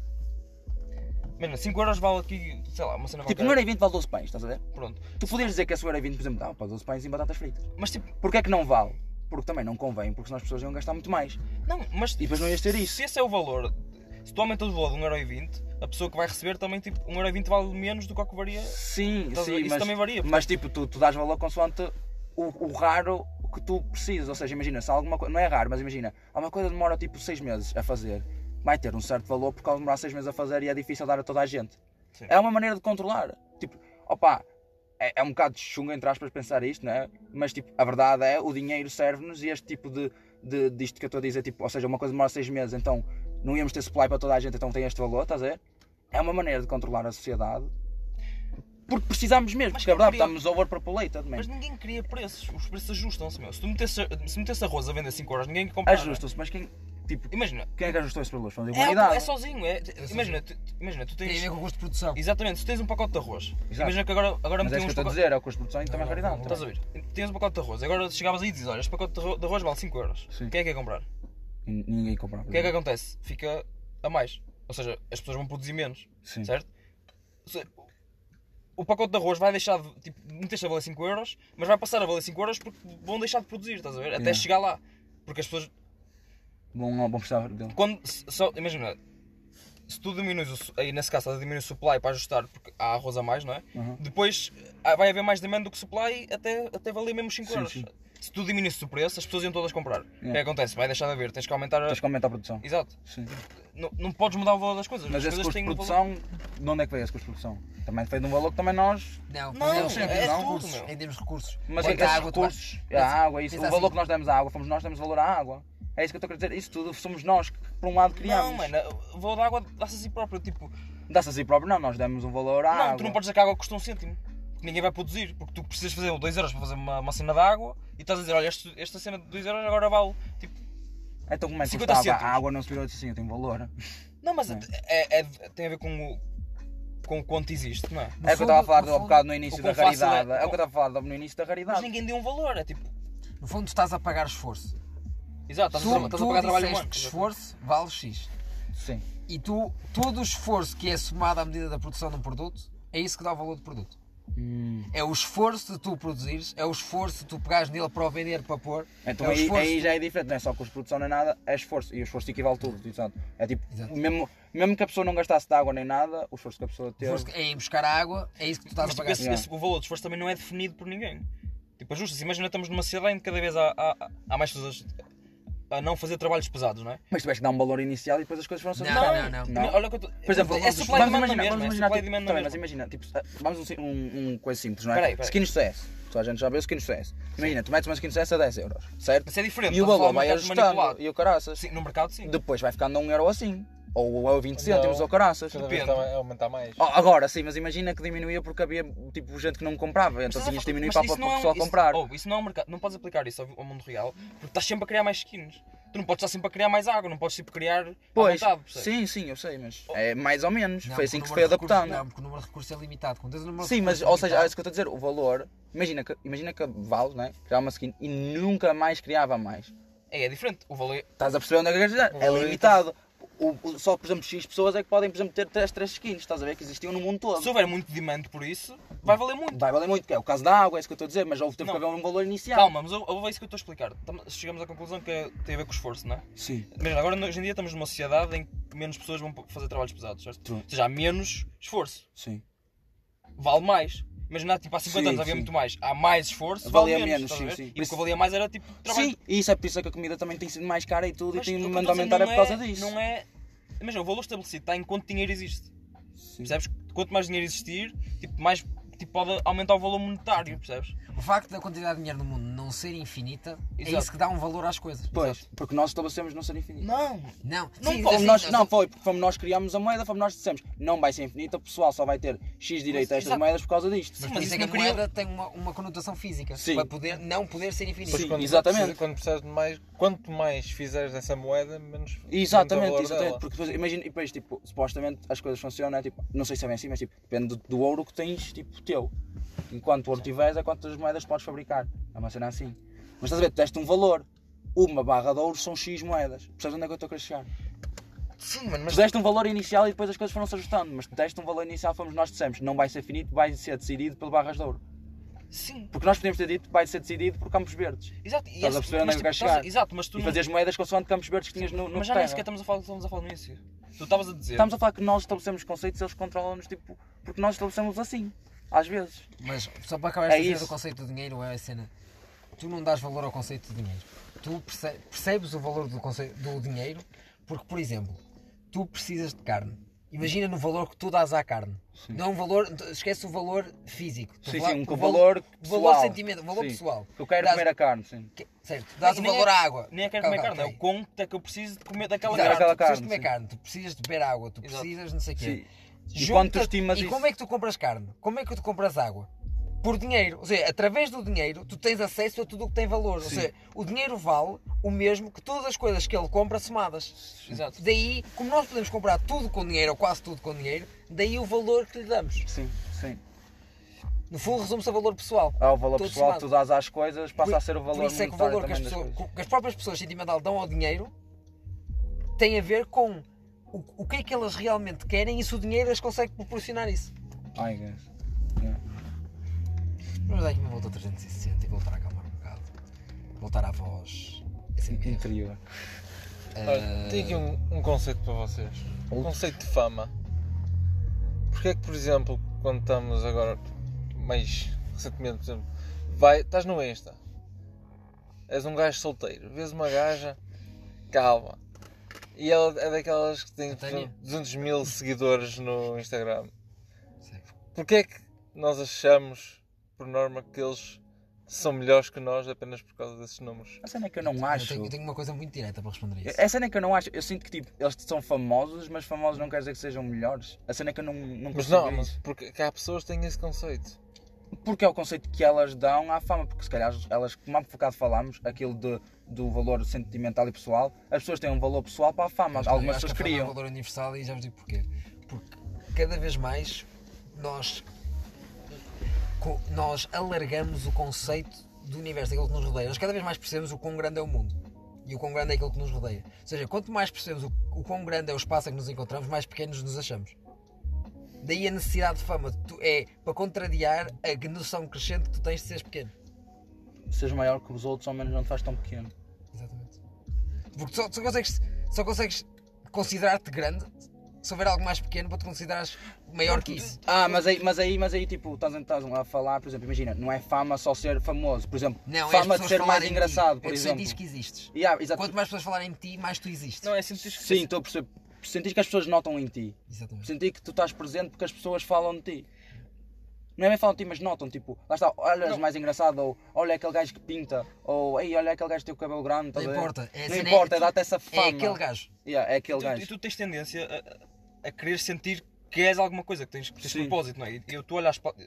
[SPEAKER 4] Imagina, cinco euros vale aqui, sei lá, uma cena
[SPEAKER 1] Tipo,
[SPEAKER 4] qualquer.
[SPEAKER 1] um euro e vinte vale doze pães, estás a ver?
[SPEAKER 4] Pronto.
[SPEAKER 1] Tu podias dizer que esse um euro e vinte, por exemplo, dá para doze pães e batatas fritas.
[SPEAKER 4] Mas tipo,
[SPEAKER 1] Porquê é que não vale? Porque também não convém, porque senão as pessoas iam gastar muito mais.
[SPEAKER 4] não, mas.
[SPEAKER 1] E depois não ias ter isso.
[SPEAKER 4] Se esse é o valor, se tu aumentas o valor de um euro e vinte, a pessoa que vai receber também, tipo, um euro e vinte vale menos do que o que varia.
[SPEAKER 1] Sim,
[SPEAKER 4] Estás a
[SPEAKER 1] sim,
[SPEAKER 4] ver? Isso
[SPEAKER 1] mas,
[SPEAKER 4] também varia,
[SPEAKER 1] mas tipo, tu, tu dás valor consoante o, o raro que tu precisas. Ou seja, imagina, se alguma coisa, não é raro, mas imagina, alguma coisa demora tipo seis meses a fazer, vai ter um certo valor porque ela demorar seis meses a fazer e é difícil dar a toda a gente.
[SPEAKER 4] Sim.
[SPEAKER 1] É uma maneira de controlar. Tipo, opa, é, é um bocado chungo entre aspas pensar isto, não é? Mas tipo, a verdade é, o dinheiro serve-nos e este tipo de, de, disto que eu estou a dizer, tipo, ou seja, uma coisa demora seis meses, então não íamos ter supply para toda a gente, então tem este valor, estás a ver? É uma maneira de controlar a sociedade. Porque precisamos mesmo,
[SPEAKER 4] Mas
[SPEAKER 1] porque é verdade,
[SPEAKER 4] queria-
[SPEAKER 1] estamos overpopulated, man.
[SPEAKER 4] Mas ninguém cria preços, os preços ajustam-se, meu. Se tu metesse, se metesse arroz a vender cinco euros, ninguém quer comprar.
[SPEAKER 1] Ajustam-se, mas quem, tipo,
[SPEAKER 4] Imagina,
[SPEAKER 1] quem é que ajustou esse valor? Foi a
[SPEAKER 4] é,
[SPEAKER 1] humanidade.
[SPEAKER 4] é sozinho, é, imagina, tu, imagina, tu
[SPEAKER 3] Tem a
[SPEAKER 4] tens.
[SPEAKER 3] ver com o custo de produção.
[SPEAKER 4] Exatamente, se tens um pacote de arroz,
[SPEAKER 1] Exato.
[SPEAKER 4] imagina que agora, agora
[SPEAKER 1] Mas é
[SPEAKER 4] metiam
[SPEAKER 1] isso que eu estou
[SPEAKER 4] uns
[SPEAKER 1] a
[SPEAKER 4] pacotes.
[SPEAKER 1] dizer, é o custo de produção e também a
[SPEAKER 3] Não,
[SPEAKER 1] raridade.
[SPEAKER 3] não,
[SPEAKER 4] Estás a ver? Tens um pacote de arroz, agora chegavas aí e dizes, olha, este pacote de arro- de arroz vale cinco euros.
[SPEAKER 1] Sim.
[SPEAKER 4] Quem é que quer comprar?
[SPEAKER 1] E ninguém comprava.
[SPEAKER 4] O que é que acontece? Fica a mais. Ou seja, as pessoas vão produzir menos.
[SPEAKER 1] Sim.
[SPEAKER 4] Certo? Se- O pacote de arroz vai deixar de. Tipo, meteste a valer cinco euros, mas vai passar a valer cinco euros porque vão deixar de produzir, estás a ver? Até
[SPEAKER 1] Yeah.
[SPEAKER 4] chegar lá. Porque as pessoas.
[SPEAKER 1] Vão, vão precisar dele.
[SPEAKER 4] Quando. se- Só, imagina. Se tu diminuis o. su- Aí nesse caso estás a diminuir o supply para ajustar porque há arroz a mais, não é?
[SPEAKER 1] Uhum.
[SPEAKER 4] Depois ah, vai haver mais demand do que supply até, até valer mesmo cinco
[SPEAKER 1] Sim,
[SPEAKER 4] euros.
[SPEAKER 1] sim.
[SPEAKER 4] Se tu diminuisses o preço, as pessoas iam todas comprar. O que é que
[SPEAKER 1] Yeah.
[SPEAKER 4] acontece? Vai deixar de haver, tens que aumentar a.
[SPEAKER 1] Tens que aumentar a produção.
[SPEAKER 4] Exato.
[SPEAKER 1] Sim.
[SPEAKER 4] Não, não podes mudar o valor das coisas.
[SPEAKER 1] Mas
[SPEAKER 4] as
[SPEAKER 1] esse
[SPEAKER 4] coisas
[SPEAKER 1] custo de
[SPEAKER 4] têm um valor.
[SPEAKER 1] produção, de onde é que veio esse custo de produção? Também foi de um valor que também nós.
[SPEAKER 3] Não,
[SPEAKER 4] Não,
[SPEAKER 3] por
[SPEAKER 1] é
[SPEAKER 3] exemplo, em
[SPEAKER 1] tudo,
[SPEAKER 3] termos de
[SPEAKER 4] meu.
[SPEAKER 3] recursos. Em termos de recursos.
[SPEAKER 1] Mas
[SPEAKER 3] Quanto
[SPEAKER 1] é que esses
[SPEAKER 3] água tu vais-
[SPEAKER 1] recursos, a água, isso, o
[SPEAKER 3] Pensa
[SPEAKER 1] valor
[SPEAKER 3] assim.
[SPEAKER 1] que nós demos à água, fomos nós que demos valor à água. É isso que eu estou a querer dizer. Isso tudo somos nós que, por um lado, criamos.
[SPEAKER 4] Não, mano, o valor da água dá-se a si próprio. Tipo,
[SPEAKER 1] Dá-se a si próprio, não, nós demos um valor à
[SPEAKER 4] não,
[SPEAKER 1] água.
[SPEAKER 4] tu não podes dizer que a água custa um cêntimo. Porque ninguém vai produzir. Porque tu precisas fazer dois euros para fazer uma, uma cena de água e estás a dizer, olha, este- esta cena de dois euros agora vale. Tipo,
[SPEAKER 1] Então como é que
[SPEAKER 4] cinquenta
[SPEAKER 1] custava?
[SPEAKER 4] cêntimos.
[SPEAKER 1] A água não se virou assim, tem valor.
[SPEAKER 4] não, mas
[SPEAKER 1] Não.
[SPEAKER 4] é, é- tem a ver com o, com o quanto existe, não é?
[SPEAKER 1] É o que eu
[SPEAKER 3] fundo-
[SPEAKER 1] estava a falar
[SPEAKER 3] no
[SPEAKER 1] há
[SPEAKER 3] fundo-
[SPEAKER 1] bocado no início
[SPEAKER 4] o
[SPEAKER 1] da
[SPEAKER 4] quão fácil
[SPEAKER 1] raridade.
[SPEAKER 4] é-
[SPEAKER 1] É o que eu estava a falar no início da
[SPEAKER 4] Mas
[SPEAKER 1] raridade.
[SPEAKER 4] ninguém deu um valor. É tipo,
[SPEAKER 3] No fundo, tu estás a pagar esforço.
[SPEAKER 4] exato, estás, a,
[SPEAKER 3] Tu,
[SPEAKER 4] tra- estás a
[SPEAKER 3] tu
[SPEAKER 4] pagar trabalho
[SPEAKER 3] disseste
[SPEAKER 4] humano.
[SPEAKER 3] que esforço vale X.
[SPEAKER 1] Sim.
[SPEAKER 3] E tu, todo o esforço que é somado à medida da produção de um produto, é isso que dá o valor do produto.
[SPEAKER 1] Hum.
[SPEAKER 3] É o esforço de tu produzires, é o esforço de tu pegares nele para o vender, para pôr.
[SPEAKER 1] Então
[SPEAKER 3] é o
[SPEAKER 1] aí,
[SPEAKER 3] esforço
[SPEAKER 1] aí
[SPEAKER 3] de-
[SPEAKER 1] já é diferente, não é só custo de produção nem nada, é esforço. E o esforço equivale tudo. Exato. É tipo,
[SPEAKER 3] Exato.
[SPEAKER 1] mesmo, mesmo que a pessoa não gastasse de água nem nada, o esforço que a pessoa
[SPEAKER 3] o
[SPEAKER 1] teve.
[SPEAKER 3] esforço é ir buscar a água, é isso que tu estás
[SPEAKER 4] Mas
[SPEAKER 3] a
[SPEAKER 4] tipo,
[SPEAKER 3] pagar.
[SPEAKER 4] esse,
[SPEAKER 1] Yeah.
[SPEAKER 4] esse- o valor do esforço também não é definido por ninguém. Tipo, ajusta-se. Imagina, estamos numa sociedade em que cada vez há, há, há mais pessoas a não fazer trabalhos pesados, não é?
[SPEAKER 1] Mas tiveste que dar um valor inicial e depois as coisas foram sendo.
[SPEAKER 3] Não, não, não.
[SPEAKER 1] Não.
[SPEAKER 4] Olha o que eu tô...
[SPEAKER 1] Por exemplo,
[SPEAKER 4] é supply
[SPEAKER 1] vamos
[SPEAKER 4] demand na
[SPEAKER 1] imaginar,
[SPEAKER 4] mesma,
[SPEAKER 1] vamos
[SPEAKER 4] é
[SPEAKER 1] imaginar,
[SPEAKER 4] supply
[SPEAKER 1] tipo,
[SPEAKER 4] demand na
[SPEAKER 1] também, mas
[SPEAKER 4] mesma.
[SPEAKER 1] imagina, tipo, vamos um, um, um coisa simples, não é?
[SPEAKER 4] Peraí, peraí.
[SPEAKER 1] Skin C S. Toda a gente já vê o skin C S. Imagina, tu metes uma skin C S a dez euros, certo?
[SPEAKER 4] Mas é diferente.
[SPEAKER 1] E o
[SPEAKER 4] estás a falar
[SPEAKER 1] valor
[SPEAKER 4] de
[SPEAKER 1] vai
[SPEAKER 4] mercado
[SPEAKER 1] ajustando
[SPEAKER 4] manipulado.
[SPEAKER 1] e o caraças.
[SPEAKER 4] Sim, no mercado sim.
[SPEAKER 1] Depois vai ficando a um euro assim. Ou a vinte
[SPEAKER 5] Não.
[SPEAKER 1] cêntimos ou caraças.
[SPEAKER 5] Cada vez
[SPEAKER 4] Depende.
[SPEAKER 5] está a aumentar mais.
[SPEAKER 1] Oh, agora sim, mas imagina que diminuía porque havia tipo gente que não comprava, então
[SPEAKER 4] Mas
[SPEAKER 1] tinhas de diminuir
[SPEAKER 4] mas
[SPEAKER 1] para,
[SPEAKER 4] isso
[SPEAKER 1] para
[SPEAKER 4] não
[SPEAKER 1] o
[SPEAKER 4] é um-
[SPEAKER 1] pessoal
[SPEAKER 4] isso-
[SPEAKER 1] comprar.
[SPEAKER 4] oh, isso não é um mercado. Não podes aplicar isso ao, ao mundo real porque estás sempre a criar mais skins. Tu não podes estar sempre a criar mais água, não podes sempre criar à
[SPEAKER 1] Pois,
[SPEAKER 4] vontade, percebes?
[SPEAKER 1] sim, sim, eu sei, mas é mais ou menos.
[SPEAKER 3] Não,
[SPEAKER 1] foi
[SPEAKER 3] porque
[SPEAKER 1] assim
[SPEAKER 3] o
[SPEAKER 1] que se
[SPEAKER 3] número
[SPEAKER 1] foi
[SPEAKER 3] de recursos-
[SPEAKER 1] adaptando.
[SPEAKER 3] Não, porque o número de recursos é limitado. Quando tens o número de
[SPEAKER 1] Sim, mas,
[SPEAKER 3] recursos
[SPEAKER 1] ou seja, é
[SPEAKER 3] limitado-
[SPEAKER 1] isso que eu estou a dizer, o valor, imagina que, imagina que a Valve, né, criava uma skin e nunca mais criava mais.
[SPEAKER 4] É, é diferente. O valor é...
[SPEAKER 1] Estás a perceber onde é que eu quero dizer? É
[SPEAKER 5] valor é
[SPEAKER 1] limitado. O, o- só, por exemplo, X pessoas é que podem, por exemplo, ter três três skins, estás a ver, que existiam no mundo todo.
[SPEAKER 4] Se houver muito demand por isso, vai valer muito.
[SPEAKER 1] Vai valer muito, que é o caso da água, é isso que eu estou a dizer, mas houve teve
[SPEAKER 4] Não.
[SPEAKER 1] que haver um valor inicial.
[SPEAKER 4] Calma, mas eu, eu vou ver isso que eu estou a explicar. Tamo- Chegamos à conclusão que é- tem a ver com o esforço, não é?
[SPEAKER 1] Sim.
[SPEAKER 4] Mas agora, hoje em dia, estamos numa sociedade em que menos pessoas vão fazer trabalhos pesados, certo?
[SPEAKER 1] True.
[SPEAKER 4] Ou seja, há menos esforço.
[SPEAKER 1] Sim.
[SPEAKER 4] Vale mais. Imagina, tipo, há cinquenta
[SPEAKER 1] Sim,
[SPEAKER 4] anos havia
[SPEAKER 1] sim.
[SPEAKER 4] muito mais. Há mais esforço,
[SPEAKER 1] Valia
[SPEAKER 4] vale menos.
[SPEAKER 1] menos,
[SPEAKER 4] estás a
[SPEAKER 1] sim,
[SPEAKER 4] ver?
[SPEAKER 1] sim.
[SPEAKER 4] E o que valia mais era tipo trabalho.
[SPEAKER 1] Sim, e isso é por isso é que a comida também tem sido mais cara e tudo,
[SPEAKER 4] Mas
[SPEAKER 1] e tem
[SPEAKER 4] o que eu
[SPEAKER 1] mandado
[SPEAKER 4] estou a dizer
[SPEAKER 1] aumentar é
[SPEAKER 4] não
[SPEAKER 1] por causa
[SPEAKER 4] é-
[SPEAKER 1] disso.
[SPEAKER 4] Não é. Imagina, o valor estabelecido está em quanto dinheiro existe.
[SPEAKER 1] Sim.
[SPEAKER 4] Percebes? Quanto mais dinheiro existir, tipo, mais tipo, pode aumentar o valor monetário, percebes?
[SPEAKER 3] O facto da quantidade de dinheiro no mundo não ser infinita é
[SPEAKER 4] Exato.
[SPEAKER 3] isso que dá um valor às coisas.
[SPEAKER 1] Pois, porque nós estabelecemos não ser infinito.
[SPEAKER 4] Não!
[SPEAKER 3] Não,
[SPEAKER 4] Não
[SPEAKER 3] sim,
[SPEAKER 4] pode-
[SPEAKER 3] assim,
[SPEAKER 1] Nós,
[SPEAKER 3] assim,
[SPEAKER 1] não, foi, porque fomos nós que criámos a moeda, fomos nós que dissemos, não vai ser infinita, o pessoal só vai ter X direito a estas
[SPEAKER 4] Exato.
[SPEAKER 1] moedas por causa disto.
[SPEAKER 3] Mas
[SPEAKER 4] Sim,
[SPEAKER 3] por
[SPEAKER 4] mas
[SPEAKER 3] isso é
[SPEAKER 4] isso
[SPEAKER 3] que a
[SPEAKER 4] não cria-
[SPEAKER 3] moeda tem uma, uma conotação física.
[SPEAKER 1] Sim.
[SPEAKER 3] Para poder, não poder ser infinita.
[SPEAKER 1] Sim,
[SPEAKER 5] quando
[SPEAKER 1] exatamente.
[SPEAKER 5] Precisa, quando precisas de mais, quanto mais fizeres dessa moeda, menos.
[SPEAKER 1] Exatamente,
[SPEAKER 5] aumenta o valor
[SPEAKER 1] exatamente.
[SPEAKER 5] dela.
[SPEAKER 1] Porque depois, imagina, e depois, tipo, supostamente as coisas funcionam, é tipo, não sei se é bem assim, mas tipo, depende do, do ouro que tens, tipo, teu. Enquanto ouro tiveres, é quantas moedas podes fabricar. É uma cena assim. Mas estás a ver, tu deste um valor. Uma barra de ouro são X moedas. Percebes onde é que eu estou a querer chegar?
[SPEAKER 4] Sim, mano,
[SPEAKER 1] Tu
[SPEAKER 4] mas.
[SPEAKER 1] deste um valor inicial e depois as coisas foram se ajustando. Mas tu deste um valor inicial, fomos nós que dissemos, não vai ser finito, vai ser decidido pelo barras de ouro.
[SPEAKER 4] Sim,
[SPEAKER 1] Porque nós podemos ter dito que vai ser decidido por campos verdes.
[SPEAKER 4] exato. E
[SPEAKER 1] Estás a
[SPEAKER 4] esse-
[SPEAKER 1] perceber onde
[SPEAKER 4] mas,
[SPEAKER 1] é que queres
[SPEAKER 4] tipo, estás a-
[SPEAKER 1] chegar?
[SPEAKER 4] Exato, mas tu
[SPEAKER 1] E
[SPEAKER 4] não-
[SPEAKER 1] fazer as moedas consoante campos verdes que tinhas no, no
[SPEAKER 4] Mas já nem
[SPEAKER 1] terra.
[SPEAKER 4] sequer estamos a falar, estamos a falar no início. Tu estavas a dizer.
[SPEAKER 1] Estamos a falar que nós estabelecemos conceitos e eles controlam-nos, tipo, porque nós estabelecemos assim, às vezes.
[SPEAKER 3] Mas só para acabar
[SPEAKER 1] É
[SPEAKER 3] esta cena
[SPEAKER 1] isso.
[SPEAKER 3] do conceito do dinheiro é a cena. Tu não dás valor ao conceito de dinheiro. Tu perce- percebes o valor do, conceito, do dinheiro porque, por exemplo, tu precisas de carne. Imagina no valor que tu dás à carne. Não é um valor, esquece o valor físico. Estou a
[SPEAKER 1] Sim,
[SPEAKER 3] falar
[SPEAKER 1] sim,
[SPEAKER 3] o
[SPEAKER 1] com
[SPEAKER 3] valor,
[SPEAKER 1] valor
[SPEAKER 3] o valor
[SPEAKER 1] pessoal.
[SPEAKER 3] sentimento, o valor
[SPEAKER 1] Sim.
[SPEAKER 3] pessoal.
[SPEAKER 1] Eu quero
[SPEAKER 3] Dás-
[SPEAKER 1] comer a carne, sim.
[SPEAKER 3] que- Certo, dás o
[SPEAKER 4] Nem é-
[SPEAKER 3] valor à água.
[SPEAKER 4] Nem é quero
[SPEAKER 3] Calma,
[SPEAKER 4] comer
[SPEAKER 3] calma,
[SPEAKER 4] carne, é o
[SPEAKER 3] peraí.
[SPEAKER 4] quanto é que eu preciso de comer daquela
[SPEAKER 3] Exato,
[SPEAKER 4] carne.
[SPEAKER 1] aquela
[SPEAKER 3] tu precisas
[SPEAKER 1] carne,
[SPEAKER 3] de comer
[SPEAKER 1] sim.
[SPEAKER 3] carne, tu precisas de beber água, tu
[SPEAKER 1] Sim.
[SPEAKER 3] precisas não sei o quê.
[SPEAKER 1] Sim. E
[SPEAKER 3] Junta-
[SPEAKER 1] quanto tu estimas
[SPEAKER 3] E
[SPEAKER 1] isso?
[SPEAKER 3] como é que tu compras carne? Como é que tu compras água? Por dinheiro. Ou seja, através do dinheiro tu tens acesso a tudo o que tem valor. Ou
[SPEAKER 1] Sim.
[SPEAKER 3] seja, o dinheiro vale o mesmo que todas as coisas que ele compra somadas.
[SPEAKER 4] Exato.
[SPEAKER 3] Daí, como nós podemos comprar tudo com dinheiro, ou quase tudo com dinheiro, daí o valor que lhe damos.
[SPEAKER 1] Sim, sim.
[SPEAKER 3] No fundo resume-se a valor pessoal.
[SPEAKER 1] Ah, o valor
[SPEAKER 3] Todo
[SPEAKER 1] pessoal que
[SPEAKER 3] somado.
[SPEAKER 1] tu dás às coisas passa
[SPEAKER 3] Por-
[SPEAKER 1] a ser o valor
[SPEAKER 3] Por isso é que o
[SPEAKER 1] monetário
[SPEAKER 3] valor que as,
[SPEAKER 1] também das
[SPEAKER 3] pessoas,
[SPEAKER 1] coisas.
[SPEAKER 3] que as próprias pessoas sentimental dão ao dinheiro tem a ver com o, o que é que elas realmente querem e se o dinheiro as consegue proporcionar isso.
[SPEAKER 1] Ai, guys. Yeah.
[SPEAKER 3] Vamos dar aqui uma volta trezentos e sessenta e voltar a acalmar um bocado. Voltar à voz. Assim,
[SPEAKER 1] Interior.
[SPEAKER 5] Olha, tenho aqui um, um conceito para vocês. Um
[SPEAKER 1] Outro?
[SPEAKER 5] conceito de fama. Porque é que, por exemplo, quando estamos agora, mais recentemente, por exemplo, vai, estás no Insta, és um gajo solteiro, vês uma gaja, calma, e ela é daquelas que tem por
[SPEAKER 3] Tânia?
[SPEAKER 5] exemplo, duzentos mil seguidores no Instagram.
[SPEAKER 3] Sim.
[SPEAKER 5] Porquê é que nós achamos, por norma, que eles são melhores que nós apenas por causa desses números?
[SPEAKER 1] A cena é que eu não
[SPEAKER 3] Eu
[SPEAKER 1] acho.
[SPEAKER 3] tenho, eu tenho uma coisa muito direta para responder a isso.
[SPEAKER 1] A cena é que eu não acho. Eu sinto que tipo, eles são famosos, mas famosos não quer dizer que sejam melhores. A cena é que eu não, não
[SPEAKER 5] Mas
[SPEAKER 1] consigo
[SPEAKER 5] não,
[SPEAKER 1] ver
[SPEAKER 5] mas
[SPEAKER 1] isso.
[SPEAKER 5] porque que há pessoas que têm esse conceito.
[SPEAKER 1] Porque é o conceito que elas dão à fama, porque se calhar elas, como há bocado falámos, aquilo de, do valor sentimental e pessoal, as pessoas têm um valor pessoal para a fama,
[SPEAKER 3] Mas
[SPEAKER 1] algumas
[SPEAKER 3] eu acho
[SPEAKER 1] pessoas
[SPEAKER 3] que a fama é
[SPEAKER 1] criam.
[SPEAKER 3] um valor universal e já vos digo porquê. Porque cada vez mais nós, co- nós alargamos o conceito do universo, daquilo que nos rodeia. Nós cada vez mais percebemos o quão grande é o mundo e o quão grande é aquilo que nos rodeia. Ou seja, quanto mais percebemos o, o quão grande é o espaço em que nos encontramos, mais pequenos nos achamos. Daí a necessidade de fama tu, é para contrariar a noção crescente que tu tens de seres pequeno.
[SPEAKER 1] Seja maior que os outros, ao menos não te faz tão pequeno.
[SPEAKER 3] Exatamente. Porque só, só consegues, só consegues considerar-te grande se houver algo mais pequeno para te considerares maior que isso.
[SPEAKER 1] Ah, mas aí, mas aí, mas aí tipo, estás, estás a falar, por exemplo, imagina, não é fama só ser famoso, por exemplo,
[SPEAKER 3] Não, é as
[SPEAKER 1] fama de
[SPEAKER 3] pessoas
[SPEAKER 1] ser mais
[SPEAKER 3] falarem de
[SPEAKER 1] engraçado,
[SPEAKER 3] ti.
[SPEAKER 1] por
[SPEAKER 3] É tu
[SPEAKER 1] exemplo.
[SPEAKER 3] sentires que existes.
[SPEAKER 1] Yeah, exato.
[SPEAKER 3] Quanto mais pessoas falarem de ti, mais tu existes.
[SPEAKER 4] Não, é sentir que
[SPEAKER 1] Sim, estou a perceber. Sentir que as pessoas notam em ti.
[SPEAKER 3] Exatamente.
[SPEAKER 1] Sentir que tu estás presente porque as pessoas falam de ti. Não é bem falam de ti, mas notam, tipo, lá está, olha, és mais engraçado, ou olha aquele gajo que pinta, ou ei, olha aquele gajo que tem o cabelo grande.
[SPEAKER 3] Não
[SPEAKER 1] estás a ver?
[SPEAKER 3] importa. É,
[SPEAKER 1] Não
[SPEAKER 3] assim,
[SPEAKER 1] importa,
[SPEAKER 3] é,
[SPEAKER 1] é dar-te essa fama.
[SPEAKER 3] é aquele gajo.
[SPEAKER 1] Yeah, é aquele
[SPEAKER 4] tu,
[SPEAKER 1] gajo.
[SPEAKER 4] e tu tens tendência a, a querer sentir que és alguma coisa, que tens, que tens
[SPEAKER 1] Sim.
[SPEAKER 4] propósito, não é? E eu, tu olhas para.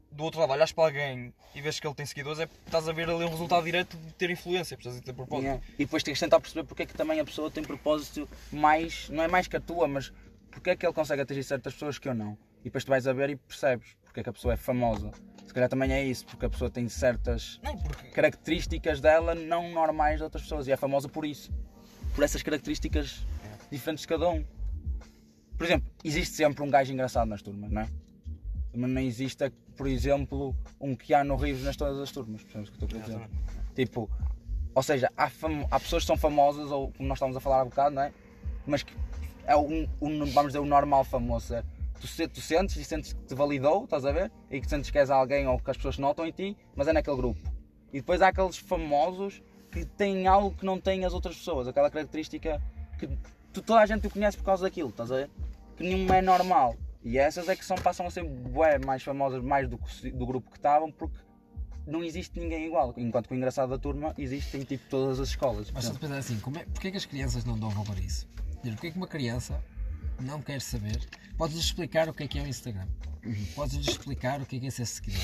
[SPEAKER 4] do outro lado olhas para alguém e vês que ele tem seguidores, é porque estás a ver ali um resultado direto de ter influência, precisas de ter propósito.
[SPEAKER 1] Yeah. E depois tens que tentar perceber porque é que também a pessoa tem propósito mais, não é mais que a tua, mas porque é que ele consegue atingir certas pessoas que eu não. E depois tu vais a ver e percebes porque é que a pessoa é famosa. Se calhar também é isso, porque a pessoa tem certas
[SPEAKER 4] Não, porque...
[SPEAKER 1] características dela não normais de outras pessoas e é famosa por isso. Por essas características diferentes de cada um. Por exemplo, existe sempre um gajo engraçado nas turmas, não é? Mas não existe, por exemplo, um Keanu Reeves nas todas as turmas, percebes o que eu estou a dizer? Tipo, ou seja, há, fam... há pessoas que são famosas, ou como nós estávamos a falar há bocado, não é? Mas que é um, um vamos dizer, o normal famoso. É, tu, se... tu sentes e sentes que te validou, estás a ver? E que sentes que és alguém ou que as pessoas notam em ti, mas é naquele grupo. E depois há aqueles famosos que têm algo que não têm as outras pessoas, aquela característica que tu, toda a gente o conhece por causa daquilo, estás a ver? Que nenhum é normal. E essas é que são, passam a ser bué, mais famosas mais do, do grupo que estavam, porque não existe ninguém igual. Enquanto que o engraçado da turma existe em tipo todas as escolas.
[SPEAKER 3] Mas só de pensar assim, como é, porque é que as crianças não dão valor a isso? Porque é que uma criança não quer saber? Podes-lhes explicar o que é que é o Instagram. Podes-lhes explicar o que é que é ser seguidor.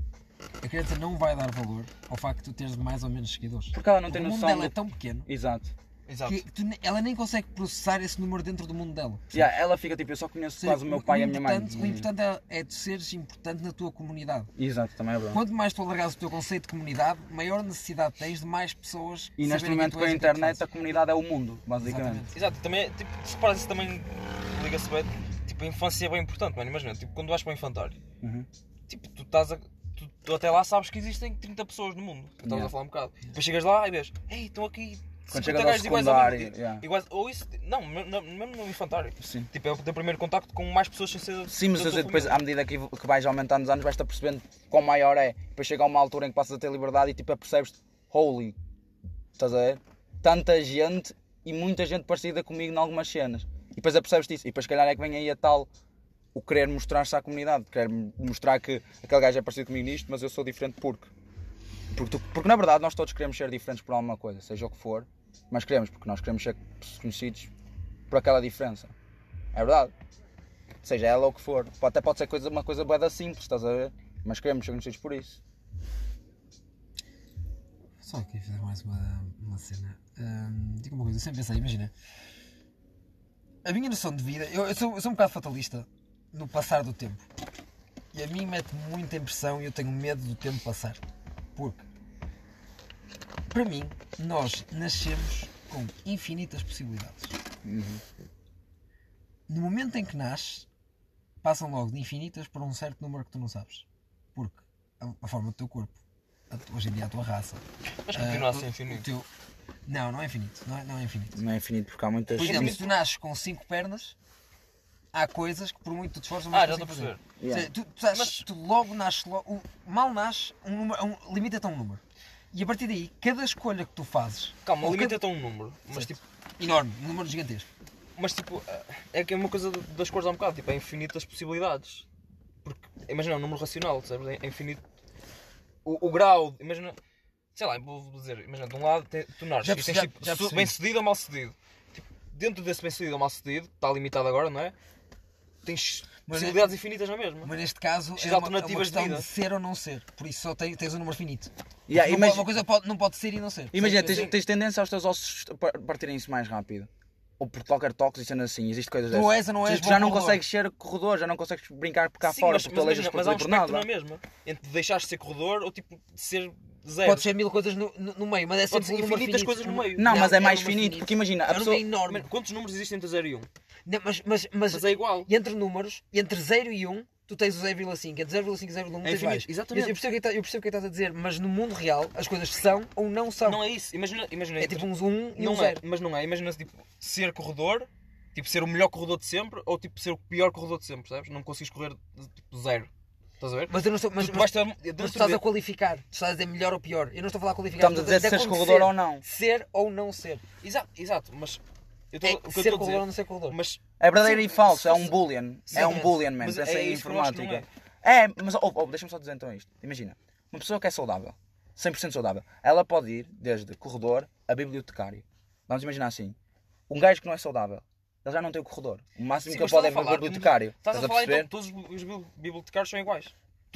[SPEAKER 3] A criança não vai dar valor ao facto de tu teres mais ou menos seguidores.
[SPEAKER 1] Porque ela não tem
[SPEAKER 3] o mundo
[SPEAKER 1] noção
[SPEAKER 3] dela
[SPEAKER 1] do...
[SPEAKER 3] é tão pequeno.
[SPEAKER 1] Exato.
[SPEAKER 4] Exato.
[SPEAKER 3] Que tu, ela nem consegue processar esse número dentro do mundo dela.
[SPEAKER 1] Yeah, ela fica tipo, eu só conheço quase o meu pai e a minha mãe.
[SPEAKER 3] O importante é, é tu seres importante na tua comunidade.
[SPEAKER 1] Exato, também é verdade.
[SPEAKER 3] Quanto mais tu alargares o teu conceito de comunidade, maior necessidade tens de mais pessoas.
[SPEAKER 1] E neste momento com a internet a comunidade é o mundo, basicamente.
[SPEAKER 3] Exatamente.
[SPEAKER 4] Exato, também, é, tipo, se reparas isso também liga-se bem, tipo, a infância é bem importante, mano, imagina, tipo, quando vais para o infantário,
[SPEAKER 1] Uhum.
[SPEAKER 4] tipo, tu estás a... Tu, tu até lá sabes que existem trinta pessoas no mundo, que estavas
[SPEAKER 1] Yeah.
[SPEAKER 4] a falar um bocado. Depois chegas lá e vês, ei, estão aqui
[SPEAKER 1] Quando
[SPEAKER 4] cinquenta
[SPEAKER 1] chegas ao
[SPEAKER 4] gajos iguais ao mesmo.
[SPEAKER 1] secundário, yeah.
[SPEAKER 4] Iguais, ou isso, não, mesmo mesmo no infantário.
[SPEAKER 1] Sim.
[SPEAKER 4] Tipo, é o teu primeiro contacto com mais pessoas sem ser.
[SPEAKER 1] Sim, mas
[SPEAKER 4] da
[SPEAKER 1] eu sei,
[SPEAKER 4] tua
[SPEAKER 1] depois
[SPEAKER 4] família.
[SPEAKER 1] à medida que, que vais aumentando os anos vais-te apercebendo quão maior é. Depois chega a uma altura em que passas a ter liberdade e tipo apercebes holy, estás a ver? Tanta gente e muita gente parecida comigo em algumas cenas. E depois apercebes disso. E depois se calhar é que vem aí a tal, o querer mostrar-se à comunidade. Querer mostrar que aquele gajo é parecido comigo nisto, mas eu sou diferente porque. Porque, tu, porque na verdade nós todos queremos ser diferentes por alguma coisa, seja o que for. Mas queremos, porque nós queremos ser conhecidos por aquela diferença. É verdade. Seja ela ou o que for. Até pode ser coisa, uma coisa bué da simples, estás a ver? Mas queremos ser conhecidos por isso.
[SPEAKER 3] Só aqui fazer mais uma, uma cena. Hum, digo uma coisa, eu sempre pensei, imagina. A minha noção de vida, eu, eu, sou, eu sou um bocado fatalista no passar do tempo. E a mim mete muita impressão e eu tenho medo do tempo passar. Porque, para mim, nós nascemos com infinitas possibilidades.
[SPEAKER 1] Uhum.
[SPEAKER 3] No momento em que nasces, passam logo de infinitas para um certo número que tu não sabes. Porque a, a forma do teu corpo, a, hoje em dia a tua raça.
[SPEAKER 4] Mas continua a
[SPEAKER 3] ah,
[SPEAKER 4] ser
[SPEAKER 3] o-
[SPEAKER 4] infinito.
[SPEAKER 3] o teu- Não, não é infinito. Não é, não é infinito.
[SPEAKER 1] Não é infinito porque há muitas.
[SPEAKER 3] Por exemplo, se tu nasces com cinco pernas, há coisas que por muito tu te esforças
[SPEAKER 4] Ah,
[SPEAKER 3] não
[SPEAKER 4] já estou a
[SPEAKER 3] consegues
[SPEAKER 4] perceber.
[SPEAKER 3] fazer.
[SPEAKER 1] Yeah.
[SPEAKER 3] Ou seja, tu, tu, sabes,
[SPEAKER 4] Mas-
[SPEAKER 3] tu logo nasces, logo, o- mal nasces, um número, um, limita-te a um número. E a partir daí, cada escolha que tu fazes,
[SPEAKER 4] Calma,
[SPEAKER 3] ou
[SPEAKER 4] limita-te
[SPEAKER 3] cada-
[SPEAKER 4] a um número, mas tipo,
[SPEAKER 3] enorme, um número gigantesco.
[SPEAKER 4] mas tipo, é que é uma coisa das cores há um bocado, tipo, é infinitas possibilidades. Porque, imagina, é um número racional, sabes? É infinito. O, o grau, imagina, sei lá, vou dizer, imagina, de um lado tem- tu nasces
[SPEAKER 3] Já
[SPEAKER 4] e tens
[SPEAKER 3] perce-
[SPEAKER 4] tipo,
[SPEAKER 3] já
[SPEAKER 4] su-
[SPEAKER 3] percebi.
[SPEAKER 4] bem sucedido ou mal sucedido. Tipo, dentro desse bem sucedido ou mal sucedido, está limitado agora, não é? Tens
[SPEAKER 3] Mas
[SPEAKER 4] possibilidades infinitas na mesma.
[SPEAKER 3] Mas neste caso
[SPEAKER 4] X
[SPEAKER 3] é uma, é uma
[SPEAKER 4] alternativas de
[SPEAKER 3] questão de,
[SPEAKER 4] vida.
[SPEAKER 3] ser ou não ser. Por isso só tens, tens um número finito.
[SPEAKER 1] Yeah,
[SPEAKER 3] Não
[SPEAKER 1] imagi-
[SPEAKER 3] pode- uma coisa pode- não pode ser e não ser.
[SPEAKER 1] Imagina,
[SPEAKER 3] Percebes?
[SPEAKER 1] tens, tens tendência aos teus ossos par- partirem-se mais rápido. Ou por qualquer toque e sendo assim, existe coisas
[SPEAKER 3] Tu
[SPEAKER 1] dessas.
[SPEAKER 3] és ou não és
[SPEAKER 1] Tu já
[SPEAKER 3] bom
[SPEAKER 1] não
[SPEAKER 3] corredor.
[SPEAKER 1] consegues ser corredor, já não consegues brincar por cá
[SPEAKER 4] Sim,
[SPEAKER 1] fora,
[SPEAKER 4] mas,
[SPEAKER 1] porque
[SPEAKER 4] mas,
[SPEAKER 1] tu alejas
[SPEAKER 4] imagina,
[SPEAKER 1] por
[SPEAKER 4] mas há um
[SPEAKER 1] por
[SPEAKER 4] espectro
[SPEAKER 1] nada.
[SPEAKER 4] na mesma. Entre deixares de ser corredor ou tipo de ser zero.
[SPEAKER 3] Pode ser mil coisas no, no, no meio, mas é
[SPEAKER 4] Pode
[SPEAKER 3] sempre
[SPEAKER 4] ser
[SPEAKER 3] um número
[SPEAKER 4] infinitas
[SPEAKER 3] finito.
[SPEAKER 4] coisas no meio.
[SPEAKER 1] Não, mas é
[SPEAKER 3] um
[SPEAKER 1] mais
[SPEAKER 3] número
[SPEAKER 1] finito, porque imagina, a
[SPEAKER 3] É um
[SPEAKER 1] pessoa...
[SPEAKER 3] número enorme.
[SPEAKER 4] Mano, quantos números existem entre zero e um?
[SPEAKER 3] Não, mas, mas, mas,
[SPEAKER 4] Mas é igual.
[SPEAKER 3] e entre números, entre zero e um, tu tens o zero vírgula cinco, entre zero vírgula cinco e zero vírgula um
[SPEAKER 4] É
[SPEAKER 3] tens
[SPEAKER 4] infinito,
[SPEAKER 3] vários.
[SPEAKER 4] exatamente.
[SPEAKER 3] Eu, eu percebo o que tá- eu percebo o que estás a dizer, mas no mundo real as coisas são ou não são.
[SPEAKER 4] Não é isso. Imagina, imagina
[SPEAKER 3] É tipo um um e um
[SPEAKER 4] não é,
[SPEAKER 3] zero.
[SPEAKER 4] mas não é. Imagina tipo, ser corredor, tipo ser o melhor corredor de sempre ou tipo ser o pior corredor de sempre, sabes? Não consegues correr tipo zero. Estás a ver?
[SPEAKER 3] Mas eu não estou. Mas,
[SPEAKER 4] Tu
[SPEAKER 3] mas,
[SPEAKER 4] vais ter-
[SPEAKER 3] mas tu
[SPEAKER 4] dentro
[SPEAKER 3] estás
[SPEAKER 4] de-
[SPEAKER 3] a qualificar. Tu estás a dizer melhor ou pior. Eu não estou a falar qualificar.
[SPEAKER 1] Estamos a
[SPEAKER 3] estou
[SPEAKER 1] dizer se seres
[SPEAKER 3] acontecer.
[SPEAKER 1] corredor ou não.
[SPEAKER 3] Ser ou não ser.
[SPEAKER 4] Exato, exato, mas eu tô,
[SPEAKER 3] É
[SPEAKER 4] o que eu
[SPEAKER 3] ser
[SPEAKER 4] estou a
[SPEAKER 3] corredor ou não
[SPEAKER 4] dizer,
[SPEAKER 3] ser corredor.
[SPEAKER 4] mas
[SPEAKER 1] É verdadeiro
[SPEAKER 4] Sim,
[SPEAKER 1] e falso, é
[SPEAKER 4] sim,
[SPEAKER 1] um boolean. É um
[SPEAKER 3] exatamente.
[SPEAKER 1] boolean, man.
[SPEAKER 4] Mas
[SPEAKER 1] Pensa
[SPEAKER 4] é
[SPEAKER 1] em
[SPEAKER 4] isso que eu acho que não
[SPEAKER 1] informática. É, mas oh, oh, deixa-me só dizer então isto. Imagina, uma pessoa que é saudável, cem por cento saudável, ela pode ir desde corredor a bibliotecário. Vamos imaginar assim, um gajo que não é saudável, ele já não tem o corredor. O máximo
[SPEAKER 4] Sim,
[SPEAKER 1] que ele
[SPEAKER 4] mas
[SPEAKER 1] pode é
[SPEAKER 4] estás a
[SPEAKER 1] o
[SPEAKER 4] falar de-
[SPEAKER 1] bibliotecário.
[SPEAKER 4] estás
[SPEAKER 1] Estás
[SPEAKER 4] a
[SPEAKER 1] a
[SPEAKER 4] falar
[SPEAKER 1] perceber?
[SPEAKER 4] então todos os bil- bibliotecários são iguais.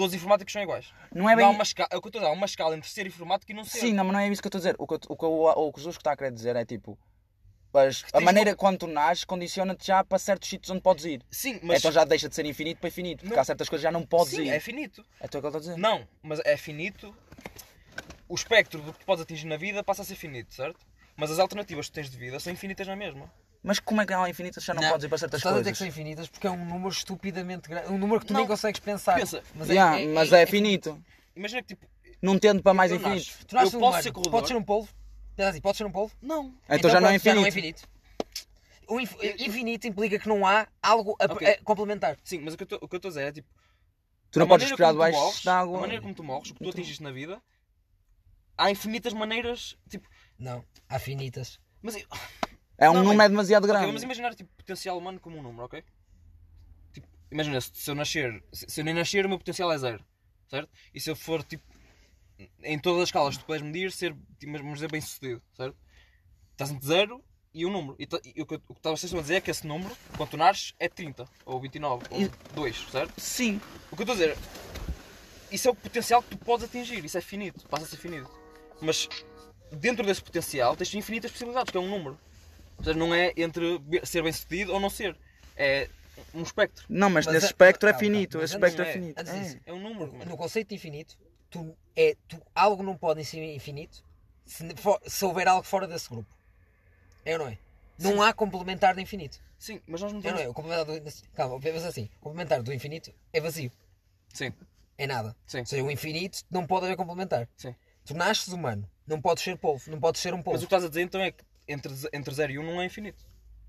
[SPEAKER 4] todos os informáticos são iguais.
[SPEAKER 1] Não é
[SPEAKER 4] Não há
[SPEAKER 1] bem...
[SPEAKER 4] uma escala, é o que eu estou a dizer, há uma escala entre ser informático e não ser.
[SPEAKER 1] Sim, não, mas não é isso que eu estou a dizer. O que, eu- o que, eu- o que o Justo está a querer dizer é tipo... Mas a
[SPEAKER 4] tens
[SPEAKER 1] maneira
[SPEAKER 4] uma-
[SPEAKER 1] quando tu nasces condiciona-te já para certos sítios onde podes ir.
[SPEAKER 4] Sim, mas...
[SPEAKER 1] Então já deixa de ser infinito para infinito, porque
[SPEAKER 4] Não.
[SPEAKER 1] há certas coisas que já não podes
[SPEAKER 4] Sim,
[SPEAKER 1] ir.
[SPEAKER 4] é finito.
[SPEAKER 1] É tudo o que ele está a dizer.
[SPEAKER 4] Não, mas é finito. O espectro do que tu podes atingir na vida passa a ser finito, certo? Mas as alternativas que tens de vida são infinitas na mesma.
[SPEAKER 1] Mas como é que há infinitas já não, podes ir para certas
[SPEAKER 3] Estás a dizer
[SPEAKER 1] coisas?
[SPEAKER 3] que são infinitas porque é um número estupidamente grande. Um número que tu
[SPEAKER 4] Não.
[SPEAKER 3] nem consegues pensar.
[SPEAKER 4] Pensa.
[SPEAKER 3] Mas
[SPEAKER 1] Yeah, mas é, finito.
[SPEAKER 4] Imagina que tipo,
[SPEAKER 1] Não tendo para mais
[SPEAKER 4] eu
[SPEAKER 1] infinito.
[SPEAKER 4] nasço,
[SPEAKER 3] Tu nasces
[SPEAKER 4] eu
[SPEAKER 3] um
[SPEAKER 4] posso
[SPEAKER 3] humano,
[SPEAKER 4] ser corredor.
[SPEAKER 3] podes ser um polvo? Pensa assim, podes ser um polvo?
[SPEAKER 4] Não.
[SPEAKER 1] Então, já não é
[SPEAKER 3] pronto, já não é
[SPEAKER 1] infinito.
[SPEAKER 3] infinito. O inf- infinito implica que não há algo a,
[SPEAKER 4] Ok.
[SPEAKER 3] a complementar.
[SPEAKER 4] Sim, mas o que eu estou- o que eu estou a dizer é tipo.
[SPEAKER 1] Tu não
[SPEAKER 4] a
[SPEAKER 1] podes
[SPEAKER 4] maneira
[SPEAKER 1] respirar
[SPEAKER 4] como tu
[SPEAKER 1] debaixo
[SPEAKER 4] morres,
[SPEAKER 1] da
[SPEAKER 4] A
[SPEAKER 1] água.
[SPEAKER 4] maneira como tu morres, o que tu atingiste na vida, há infinitas maneiras. Tipo,
[SPEAKER 3] Não, há finitas.
[SPEAKER 4] mas, eu-
[SPEAKER 1] É um
[SPEAKER 4] Não,
[SPEAKER 1] número
[SPEAKER 4] bem,
[SPEAKER 1] demasiado
[SPEAKER 4] ok,
[SPEAKER 1] grande.
[SPEAKER 4] vamos imaginar tipo, potencial humano como um número, ok? Tipo, imagina, se, se eu nascer, se, se eu nem nascer, o meu potencial é zero, certo? E se eu for tipo, em todas as escalas que tu podes medir, ser, tipo, vamos dizer, bem sucedido, certo? Estás entre zero e um número. E, ta- e o que eu- o que vocês estão a dizer é que esse número, quando tu nasces, é trinta, ou vinte e nove, ou
[SPEAKER 1] E-
[SPEAKER 4] dois, certo?
[SPEAKER 1] Sim.
[SPEAKER 4] O que eu estou a dizer, isso é o potencial que tu podes atingir, isso é finito, passa a ser finito. Mas dentro desse potencial tens infinitas possibilidades, que é um número. Ou seja, não é entre be- ser bem sucedido ou não ser. É um espectro.
[SPEAKER 1] Não, mas,
[SPEAKER 3] Mas
[SPEAKER 1] nesse
[SPEAKER 3] é-
[SPEAKER 1] espectro é
[SPEAKER 3] calma,
[SPEAKER 1] finito.
[SPEAKER 3] calma,
[SPEAKER 1] Esse
[SPEAKER 3] mas
[SPEAKER 1] espectro
[SPEAKER 4] não
[SPEAKER 1] é
[SPEAKER 4] é.
[SPEAKER 1] finito.
[SPEAKER 3] Antes
[SPEAKER 1] É.
[SPEAKER 3] disso,
[SPEAKER 4] É um número. mano.
[SPEAKER 3] no conceito de infinito, tu, é, tu, algo não pode ser infinito se, for- se houver algo fora desse grupo. É ou não é? Não há complementar do infinito.
[SPEAKER 4] Sim, mas nós não
[SPEAKER 3] É ou não
[SPEAKER 4] estamos...
[SPEAKER 3] é? O complementar do, calma, vemos assim. O complementar do infinito é vazio.
[SPEAKER 4] Sim,
[SPEAKER 3] É nada.
[SPEAKER 4] sim.
[SPEAKER 3] Ou seja, o infinito não pode haver complementar.
[SPEAKER 4] Sim.
[SPEAKER 3] Tu nasces humano, não podes ser polvo, não podes ser um
[SPEAKER 4] Mas o
[SPEAKER 3] polvo.
[SPEAKER 4] que estás a dizer então é que entre, ze- entre zero e um não é infinito.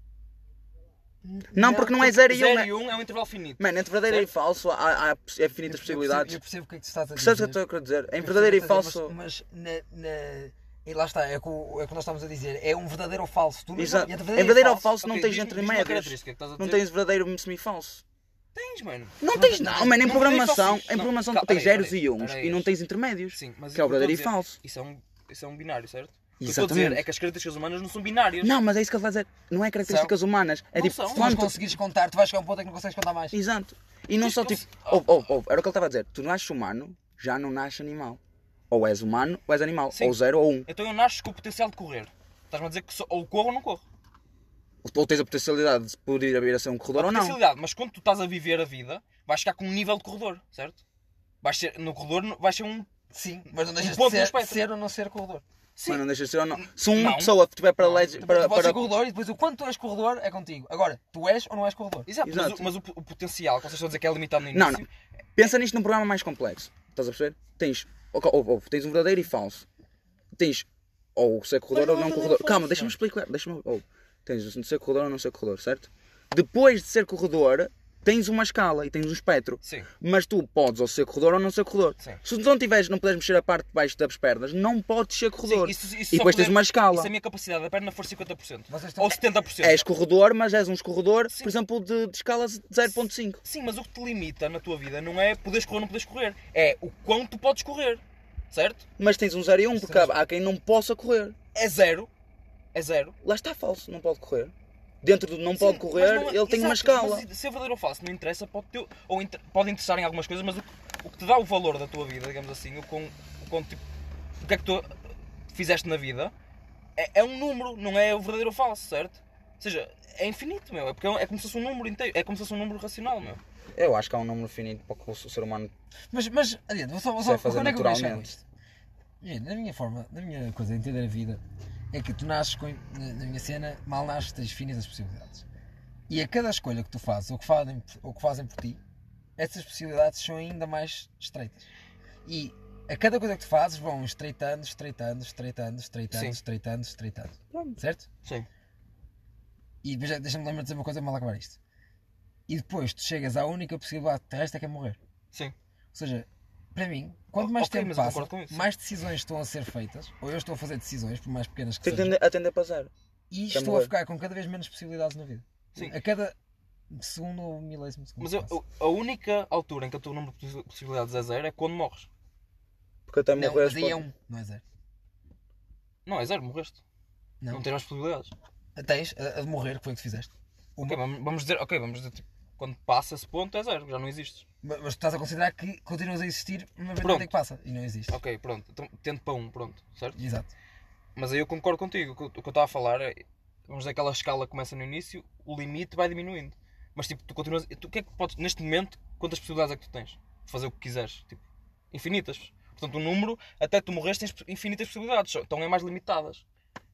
[SPEAKER 1] Não, porque não é zero e um.
[SPEAKER 4] zero
[SPEAKER 1] É...
[SPEAKER 4] e um é um intervalo finito.
[SPEAKER 1] Mano, entre verdadeiro e
[SPEAKER 4] Certo?
[SPEAKER 1] falso há, há é infinitas
[SPEAKER 3] Eu percebo-
[SPEAKER 1] possibilidades.
[SPEAKER 3] Eu percebo o que é que tu estás a dizer.
[SPEAKER 1] Percebes o que eu estou a querer dizer? Em
[SPEAKER 3] Eu percebo
[SPEAKER 1] verdadeiro
[SPEAKER 3] o
[SPEAKER 1] e
[SPEAKER 3] que estás a dizer,
[SPEAKER 1] falso.
[SPEAKER 3] Mas, mas na, na- E lá está, é o que o- é o que nós estamos a dizer. É um verdadeiro ou falso. Tu não-
[SPEAKER 1] Exato.
[SPEAKER 3] entre
[SPEAKER 1] Em verdadeiro ou falso
[SPEAKER 4] Ok,
[SPEAKER 1] não tens
[SPEAKER 4] diz-me-
[SPEAKER 1] entre
[SPEAKER 4] diz-me uma
[SPEAKER 1] médios.
[SPEAKER 4] característica que estás a
[SPEAKER 1] Não
[SPEAKER 4] dizer.
[SPEAKER 1] tens verdadeiro semi-falso.
[SPEAKER 4] Tens, mano.
[SPEAKER 1] Não tens
[SPEAKER 3] não,
[SPEAKER 1] não,
[SPEAKER 3] não,
[SPEAKER 1] mano. Em
[SPEAKER 4] não
[SPEAKER 1] programação,
[SPEAKER 4] tens-
[SPEAKER 1] em
[SPEAKER 4] não,
[SPEAKER 1] programação
[SPEAKER 4] calma,
[SPEAKER 1] tu tens
[SPEAKER 4] peraí,
[SPEAKER 1] zeros
[SPEAKER 4] peraí,
[SPEAKER 1] e uns
[SPEAKER 4] peraí.
[SPEAKER 1] e não tens intermédios.
[SPEAKER 4] Sim, mas
[SPEAKER 1] Que é o
[SPEAKER 4] o que eu
[SPEAKER 1] verdadeiro e
[SPEAKER 4] estou a dizer-
[SPEAKER 1] falso.
[SPEAKER 4] Isso é um, isso é um binário, certo? O que eu estou a dizer
[SPEAKER 1] Exatamente.
[SPEAKER 4] é que as características humanas não são binárias.
[SPEAKER 1] Não, mas é isso que ele vai dizer. Não é características humanas. É
[SPEAKER 4] Não
[SPEAKER 1] tipo,
[SPEAKER 4] são.
[SPEAKER 3] Se tu não
[SPEAKER 1] quanto...
[SPEAKER 3] conseguires contar, tu vais chegar a um ponto em que não consegues contar mais.
[SPEAKER 1] Exato. E não
[SPEAKER 4] Isto
[SPEAKER 1] só
[SPEAKER 4] não
[SPEAKER 1] tipo.
[SPEAKER 4] se-
[SPEAKER 1] Ouve, ouve, ouve. Era o que ele estava a dizer. Tu nasces humano, já não nasces animal. Ou és humano, ou és animal.
[SPEAKER 4] Sim.
[SPEAKER 1] Ou zero ou um.
[SPEAKER 4] Então eu nasço com o potencial de correr. Estás-me a dizer que só, ou corro ou não corro.
[SPEAKER 1] Ou tens a potencialidade de poder vir a ser um corredor
[SPEAKER 4] A
[SPEAKER 1] ou não.
[SPEAKER 4] potencialidade, mas quando tu estás a viver a vida, vais chegar com um nível de corredor, certo? Vais ser, no corredor vais ser um...
[SPEAKER 3] Sim, mas não deixas
[SPEAKER 4] ponto
[SPEAKER 3] de
[SPEAKER 4] no
[SPEAKER 3] ser,
[SPEAKER 4] espectro.
[SPEAKER 3] ser ou não ser corredor.
[SPEAKER 4] Sim.
[SPEAKER 1] Mas não deixa de ser ou não. Se uma
[SPEAKER 4] Não.
[SPEAKER 1] pessoa estiver para,
[SPEAKER 4] Não.
[SPEAKER 1] lege-
[SPEAKER 3] Depois
[SPEAKER 1] para,
[SPEAKER 3] tu podes ser
[SPEAKER 1] para
[SPEAKER 3] corredor e depois o quanto tu és corredor é contigo. Agora, tu és ou não és corredor?
[SPEAKER 4] Exato, mas,
[SPEAKER 1] Exato.
[SPEAKER 4] o, mas o, o potencial, que vocês estão a dizer que é limitado no início...
[SPEAKER 1] Não, não. Pensa nisto num programa mais complexo. Estás a perceber? Tens, ou, ou, ou, tens um verdadeiro e falso. Tens ou ser corredor
[SPEAKER 4] Mas
[SPEAKER 1] ou
[SPEAKER 4] não é
[SPEAKER 1] não
[SPEAKER 4] verdadeiro
[SPEAKER 1] corredor.
[SPEAKER 4] e falso,
[SPEAKER 1] Calma, deixa-me
[SPEAKER 4] não.
[SPEAKER 1] explicar. Deixa-me, ou, tens de ser corredor ou não ser corredor, certo? Depois de ser corredor, tens uma escala e tens um espectro.
[SPEAKER 4] Sim.
[SPEAKER 1] Mas tu podes ou ser corredor ou não ser corredor.
[SPEAKER 4] Sim.
[SPEAKER 1] Se tu não tiveres, não puderes mexer a parte de baixo das pernas, não podes ser corredor.
[SPEAKER 4] Sim, isso- isso
[SPEAKER 1] e
[SPEAKER 4] só
[SPEAKER 1] depois tens
[SPEAKER 4] poder-
[SPEAKER 1] uma escala.
[SPEAKER 4] Se a minha capacidade da perna for cinquenta por cento
[SPEAKER 3] Vocês estão-
[SPEAKER 4] ou setenta por cento.
[SPEAKER 1] És corredor, mas és um escorredor,
[SPEAKER 4] Sim.
[SPEAKER 1] por exemplo, de, de escala zero ponto cinco.
[SPEAKER 4] Sim, mas o que te limita na tua vida não é poderes correr ou não poderes correr. É o quão tu podes correr. Certo?
[SPEAKER 1] Mas tens um zero e um, porque há, há quem não possa correr.
[SPEAKER 4] É zero. É zero.
[SPEAKER 1] Lá está falso, não pode correr. Dentro do não
[SPEAKER 4] Sim,
[SPEAKER 1] pode
[SPEAKER 4] mas
[SPEAKER 1] correr,
[SPEAKER 4] não é-
[SPEAKER 1] ele tem uma
[SPEAKER 4] exato,
[SPEAKER 1] escala.
[SPEAKER 4] Mas se é verdadeiro ou falso, não interessa, pode, ter, ou inter- pode interessar em algumas coisas, mas o, que- o que te dá o valor da tua vida, digamos assim, o, com, o, com, tipo, o que é que tu fizeste na vida, é, é um número, não é o verdadeiro ou falso, certo? Ou seja, é infinito, meu. É, porque é, um- é como se fosse um número inteiro, é como se fosse um número racional, meu.
[SPEAKER 1] Eu acho que há um número finito para que o ser humano
[SPEAKER 3] Mas, mas adiante, vou só, vou
[SPEAKER 1] se
[SPEAKER 3] só,
[SPEAKER 1] vai fazer
[SPEAKER 3] quando é que eu quero chegar
[SPEAKER 1] naturalmente.
[SPEAKER 3] nisto? Gente, na minha forma, na minha coisa de entender a vida, é que tu nasces com, na, na minha cena, mal nasces, tens infinitas possibilidades. E a cada escolha que tu fazes, ou que fazem, ou que fazem por ti, essas possibilidades são ainda mais estreitas. E a cada coisa que tu fazes vão estreitando, estreitando, estreitando, estreitando,
[SPEAKER 4] Sim.
[SPEAKER 3] estreitando, estreitando. Certo?
[SPEAKER 4] Sim.
[SPEAKER 3] E depois deixa-me lembrar de dizer uma coisa mal acabar isto. E depois tu chegas à única possibilidade terrestre que é morrer.
[SPEAKER 4] Sim.
[SPEAKER 3] Ou seja, para mim, quanto mais
[SPEAKER 4] Ok,
[SPEAKER 3] tempo
[SPEAKER 4] mas eu
[SPEAKER 3] passa,
[SPEAKER 4] concordo com isso.
[SPEAKER 3] mais decisões estão a ser feitas, ou eu estou a fazer decisões, por mais pequenas que
[SPEAKER 1] tem que
[SPEAKER 3] sejam,
[SPEAKER 1] atender, atender para zero.
[SPEAKER 3] e
[SPEAKER 1] Quer
[SPEAKER 3] estou
[SPEAKER 1] morrer.
[SPEAKER 3] a ficar com cada vez menos possibilidades na vida.
[SPEAKER 4] Sim.
[SPEAKER 3] A cada segundo ou milésimo de segundo.
[SPEAKER 4] Mas
[SPEAKER 3] que
[SPEAKER 4] eu-
[SPEAKER 3] passa.
[SPEAKER 4] eu- a única altura em que o teu número de possibilidades é zero é quando morres.
[SPEAKER 1] Porque até
[SPEAKER 3] Não,
[SPEAKER 1] morrer.
[SPEAKER 3] mas aí é um, não é zero.
[SPEAKER 4] Não, é zero, morreste. Não,
[SPEAKER 3] Não.
[SPEAKER 4] tens mais possibilidades.
[SPEAKER 3] Tens a, a de morrer, que foi o que tu fizeste.
[SPEAKER 4] Ok, vamos, vamos dizer, ok, vamos dizer tipo, Quando passa esse ponto é zero, já não existes.
[SPEAKER 3] Mas, mas tu estás a considerar que continuas a existir uma vez
[SPEAKER 4] Pronto.
[SPEAKER 3] que passa e não existe.
[SPEAKER 4] Ok, pronto, então tendo para um, pronto, certo?
[SPEAKER 3] Exato.
[SPEAKER 4] Mas aí eu concordo contigo, o que eu o que eu estava a falar é, vamos dizer, aquela escala que começa no início, o limite vai diminuindo. Mas tipo, tu continuas, tu, o que é que podes, neste momento, quantas possibilidades é que tu tens? De fazer o que quiseres, tipo, infinitas. Portanto, o número, até tu morres, tens infinitas possibilidades, só- então é mais limitadas.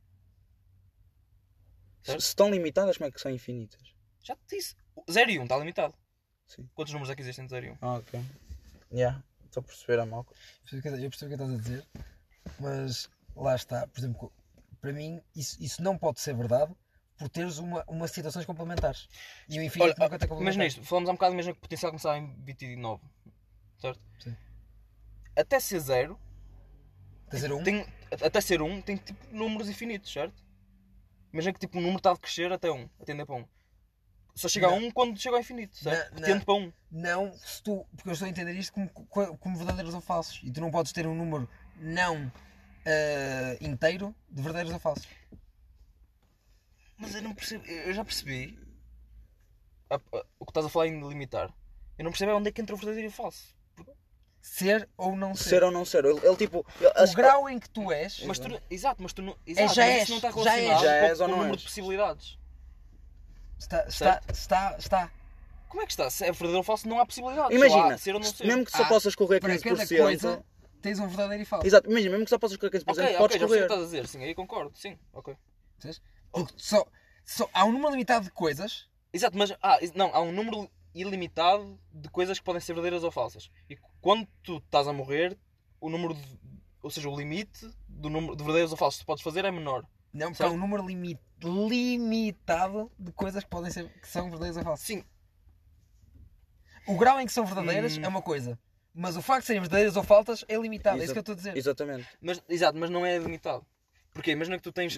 [SPEAKER 1] Se
[SPEAKER 4] Certo?
[SPEAKER 1] se estão limitadas, como é que são infinitas?
[SPEAKER 4] Já te disse, zero e um está limitado.
[SPEAKER 1] Sim.
[SPEAKER 4] Quantos números é que existem de zero e um?
[SPEAKER 1] Ah, ok. Yeah, estou a perceber a malco.
[SPEAKER 3] Eu percebo o que estás a dizer, mas lá está, por exemplo, para mim isso, isso não pode ser verdade por teres uma, uma situações complementares. E o infinito
[SPEAKER 4] Olha,
[SPEAKER 3] nunca tem complementares.
[SPEAKER 4] imagina isto, falamos há um bocado, imagina que o potencial começava em vinte e nove, certo?
[SPEAKER 3] Sim.
[SPEAKER 4] Até ser zero,
[SPEAKER 3] Quer dizer, um,
[SPEAKER 4] tem, até ser um, tem tipo números infinitos, certo? Imagina que tipo, o número está a crescer até um, a tender para um. Só chega a
[SPEAKER 3] Não.
[SPEAKER 4] um quando chega ao infinito, certo?
[SPEAKER 3] Não,
[SPEAKER 4] Tende
[SPEAKER 3] não.
[SPEAKER 4] para um.
[SPEAKER 3] não, se tu, porque eu estou a entender isto como, co- como verdadeiros ou falsos. E tu não podes ter um número não ah, inteiro de verdadeiros ou falsos.
[SPEAKER 4] Mas eu não percebo, eu já percebi a- a- o que estás a falar em limitar. Eu não percebo é onde é que entra o verdadeiro e o falso.
[SPEAKER 3] Ser ou não ser.
[SPEAKER 1] Ser ou não ser? Ele, ele tipo. Ele,
[SPEAKER 3] O grau em que tu és
[SPEAKER 4] Mas tu, não- exato, mas tu não, exato,
[SPEAKER 3] já
[SPEAKER 4] mas
[SPEAKER 3] és,
[SPEAKER 4] isso não está
[SPEAKER 3] já és.
[SPEAKER 4] relacionado
[SPEAKER 1] Já
[SPEAKER 4] com,
[SPEAKER 1] és
[SPEAKER 4] com
[SPEAKER 1] ou
[SPEAKER 4] o
[SPEAKER 1] não
[SPEAKER 4] número
[SPEAKER 1] és?
[SPEAKER 4] de possibilidades.
[SPEAKER 3] está, está, está, está.
[SPEAKER 4] Como é que está? Se é verdadeiro ou falso, não há possibilidades.
[SPEAKER 1] Imagina,
[SPEAKER 4] Só há ser ou não ser.
[SPEAKER 1] mesmo que só
[SPEAKER 3] Ah,
[SPEAKER 1] possas correr
[SPEAKER 3] Para
[SPEAKER 1] quinze por
[SPEAKER 3] cada
[SPEAKER 1] cento.
[SPEAKER 3] coisa tens um verdadeiro e falso.
[SPEAKER 1] Exato, imagina, mesmo que só possas correr quinze por cento,
[SPEAKER 4] Ok,
[SPEAKER 1] podes
[SPEAKER 4] ok, já percebi o
[SPEAKER 1] correr.
[SPEAKER 4] que estás a dizer, sim, aí concordo, sim, ok.
[SPEAKER 3] Percebes? Porque só, só, há um número limitado de coisas.
[SPEAKER 4] Exato, mas ah, não, há um número ilimitado de coisas que podem ser verdadeiras ou falsas. E quando tu estás a morrer, o número de, ou seja, o limite do número de verdadeiros ou falsos que tu podes fazer é menor.
[SPEAKER 3] Não, porque
[SPEAKER 4] Certo.
[SPEAKER 3] há um número limi- limitado de coisas que podem ser que são verdadeiras ou falsas.
[SPEAKER 4] Sim,
[SPEAKER 3] O grau em que são verdadeiras
[SPEAKER 4] Hum.
[SPEAKER 3] é uma coisa. Mas o facto de serem verdadeiras ou falsas é limitado. É isso
[SPEAKER 1] Exa-
[SPEAKER 3] que eu estou a dizer.
[SPEAKER 1] Exatamente.
[SPEAKER 4] mas, exato, mas não é limitado. Porque imagina que tu tens.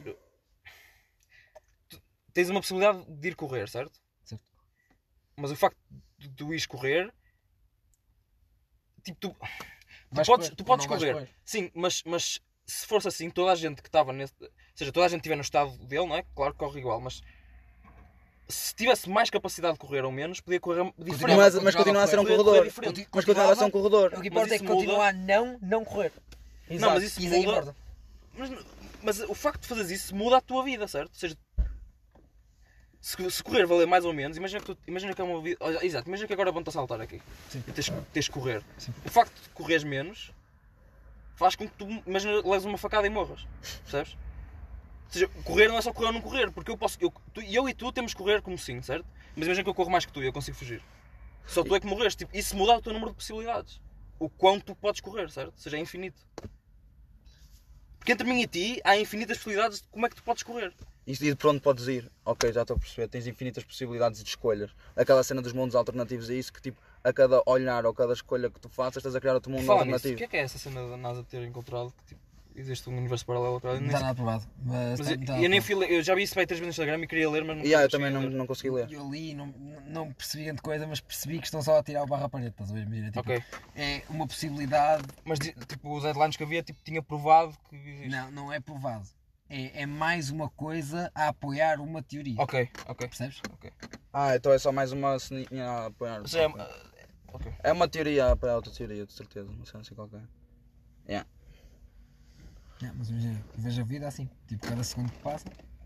[SPEAKER 4] Tu tens uma possibilidade de ir correr, certo?
[SPEAKER 3] Certo.
[SPEAKER 4] Mas o facto de tu ires correr. Tipo, tu. Tu
[SPEAKER 3] Vais
[SPEAKER 4] podes,
[SPEAKER 3] correr,
[SPEAKER 4] tu podes
[SPEAKER 3] ou não vais
[SPEAKER 4] correr.
[SPEAKER 3] correr.
[SPEAKER 4] Sim, mas, mas se fosse assim, toda a gente que estava nesse. Ou seja, toda a gente estiver no estado dele, não é? Claro que corre igual, mas. Se tivesse mais capacidade de correr ou menos, podia correr diferente.
[SPEAKER 1] Mas,
[SPEAKER 3] continuava
[SPEAKER 1] mas continua a ser um
[SPEAKER 4] Podia
[SPEAKER 1] corredor.
[SPEAKER 4] correr diferente.
[SPEAKER 1] Mas continua a ser um corredor.
[SPEAKER 3] O que importa
[SPEAKER 4] Mas
[SPEAKER 3] é
[SPEAKER 4] isso
[SPEAKER 3] que continua
[SPEAKER 4] muda.
[SPEAKER 3] a não, não correr.
[SPEAKER 4] Não, mas isso
[SPEAKER 3] Isso aí
[SPEAKER 4] muda.
[SPEAKER 3] importa.
[SPEAKER 4] Mas, mas o facto de fazeres isso muda a tua vida, certo? Ou seja, se, se correr valer mais ou menos, imagina que, tu, imagina que é uma vida. Olha, exato, imagina que agora vão-te a saltar aqui
[SPEAKER 3] Sim.
[SPEAKER 4] e tens, tens de correr.
[SPEAKER 3] Sim.
[SPEAKER 4] O facto de correres menos faz com que tu, imagina, leves uma facada e morras, percebes? Ou seja, correr não é só correr ou não correr, porque eu posso. Eu, tu, eu e tu temos que correr como sim, certo? Mas imagina que eu corro mais que tu e eu consigo fugir. Só tu é que morres, tipo, isso muda o teu número de possibilidades. O quanto tu podes correr, certo? Ou seja, é infinito. Porque entre mim e ti há infinitas possibilidades de como é que tu podes correr.
[SPEAKER 1] E e de onde podes ir? Ok, já estou a perceber. Tens infinitas possibilidades de escolhas. Aquela cena dos mundos alternativos é isso que, tipo, a cada olhar ou cada escolha que tu faças, estás a criar outro mundo
[SPEAKER 4] Fala nisso, o
[SPEAKER 1] alternativo.
[SPEAKER 4] que é que é essa cena da NASA ter encontrado que tipo, existe um universo paralelo? Para
[SPEAKER 3] Não está nada provado. Mas,
[SPEAKER 4] Mas
[SPEAKER 3] está-
[SPEAKER 4] eu,
[SPEAKER 3] não está
[SPEAKER 4] eu
[SPEAKER 3] nada
[SPEAKER 4] nem
[SPEAKER 3] provado.
[SPEAKER 4] fui ler- eu já vi isso bem três vezes no Instagram e queria ler, mas não
[SPEAKER 1] Yeah, eu
[SPEAKER 4] consegui
[SPEAKER 1] também não,
[SPEAKER 4] ler.
[SPEAKER 1] não consegui ler.
[SPEAKER 3] Eu li e não, não percebi grande coisa, mas percebi que estão só a tirar o barra à parede. Estás a ver? Imagina, tipo,
[SPEAKER 4] Ok.
[SPEAKER 3] é uma possibilidade.
[SPEAKER 4] Mas di- tipo, os headlines que havia tipo, tinha provado que existe.
[SPEAKER 3] Não, não é provado. É, é mais uma coisa a apoiar uma teoria.
[SPEAKER 4] Ok, ok.
[SPEAKER 3] Percebes?
[SPEAKER 4] ok.
[SPEAKER 1] Ah, então é só mais uma ceninha a apoiar.
[SPEAKER 4] Ou seja, é- ok.
[SPEAKER 1] É uma teoria a apoiar outra teoria, de certeza. Não sei, não sei qual que é. Yeah.
[SPEAKER 3] Não, mas imagina, eu vejo a vida assim. Tipo, cada segundo que passa.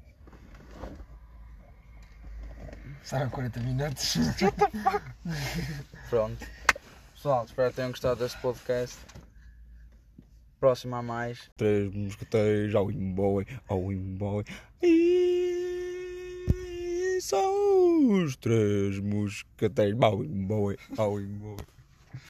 [SPEAKER 3] Passaram quarenta minutos.
[SPEAKER 1] Pronto. Pessoal, espero que tenham gostado deste podcast. Próximo a mais.
[SPEAKER 6] Três mosqueteiros ao imboy, ao imboy. E são os três mosqueteiros ao imboy, ao imboy.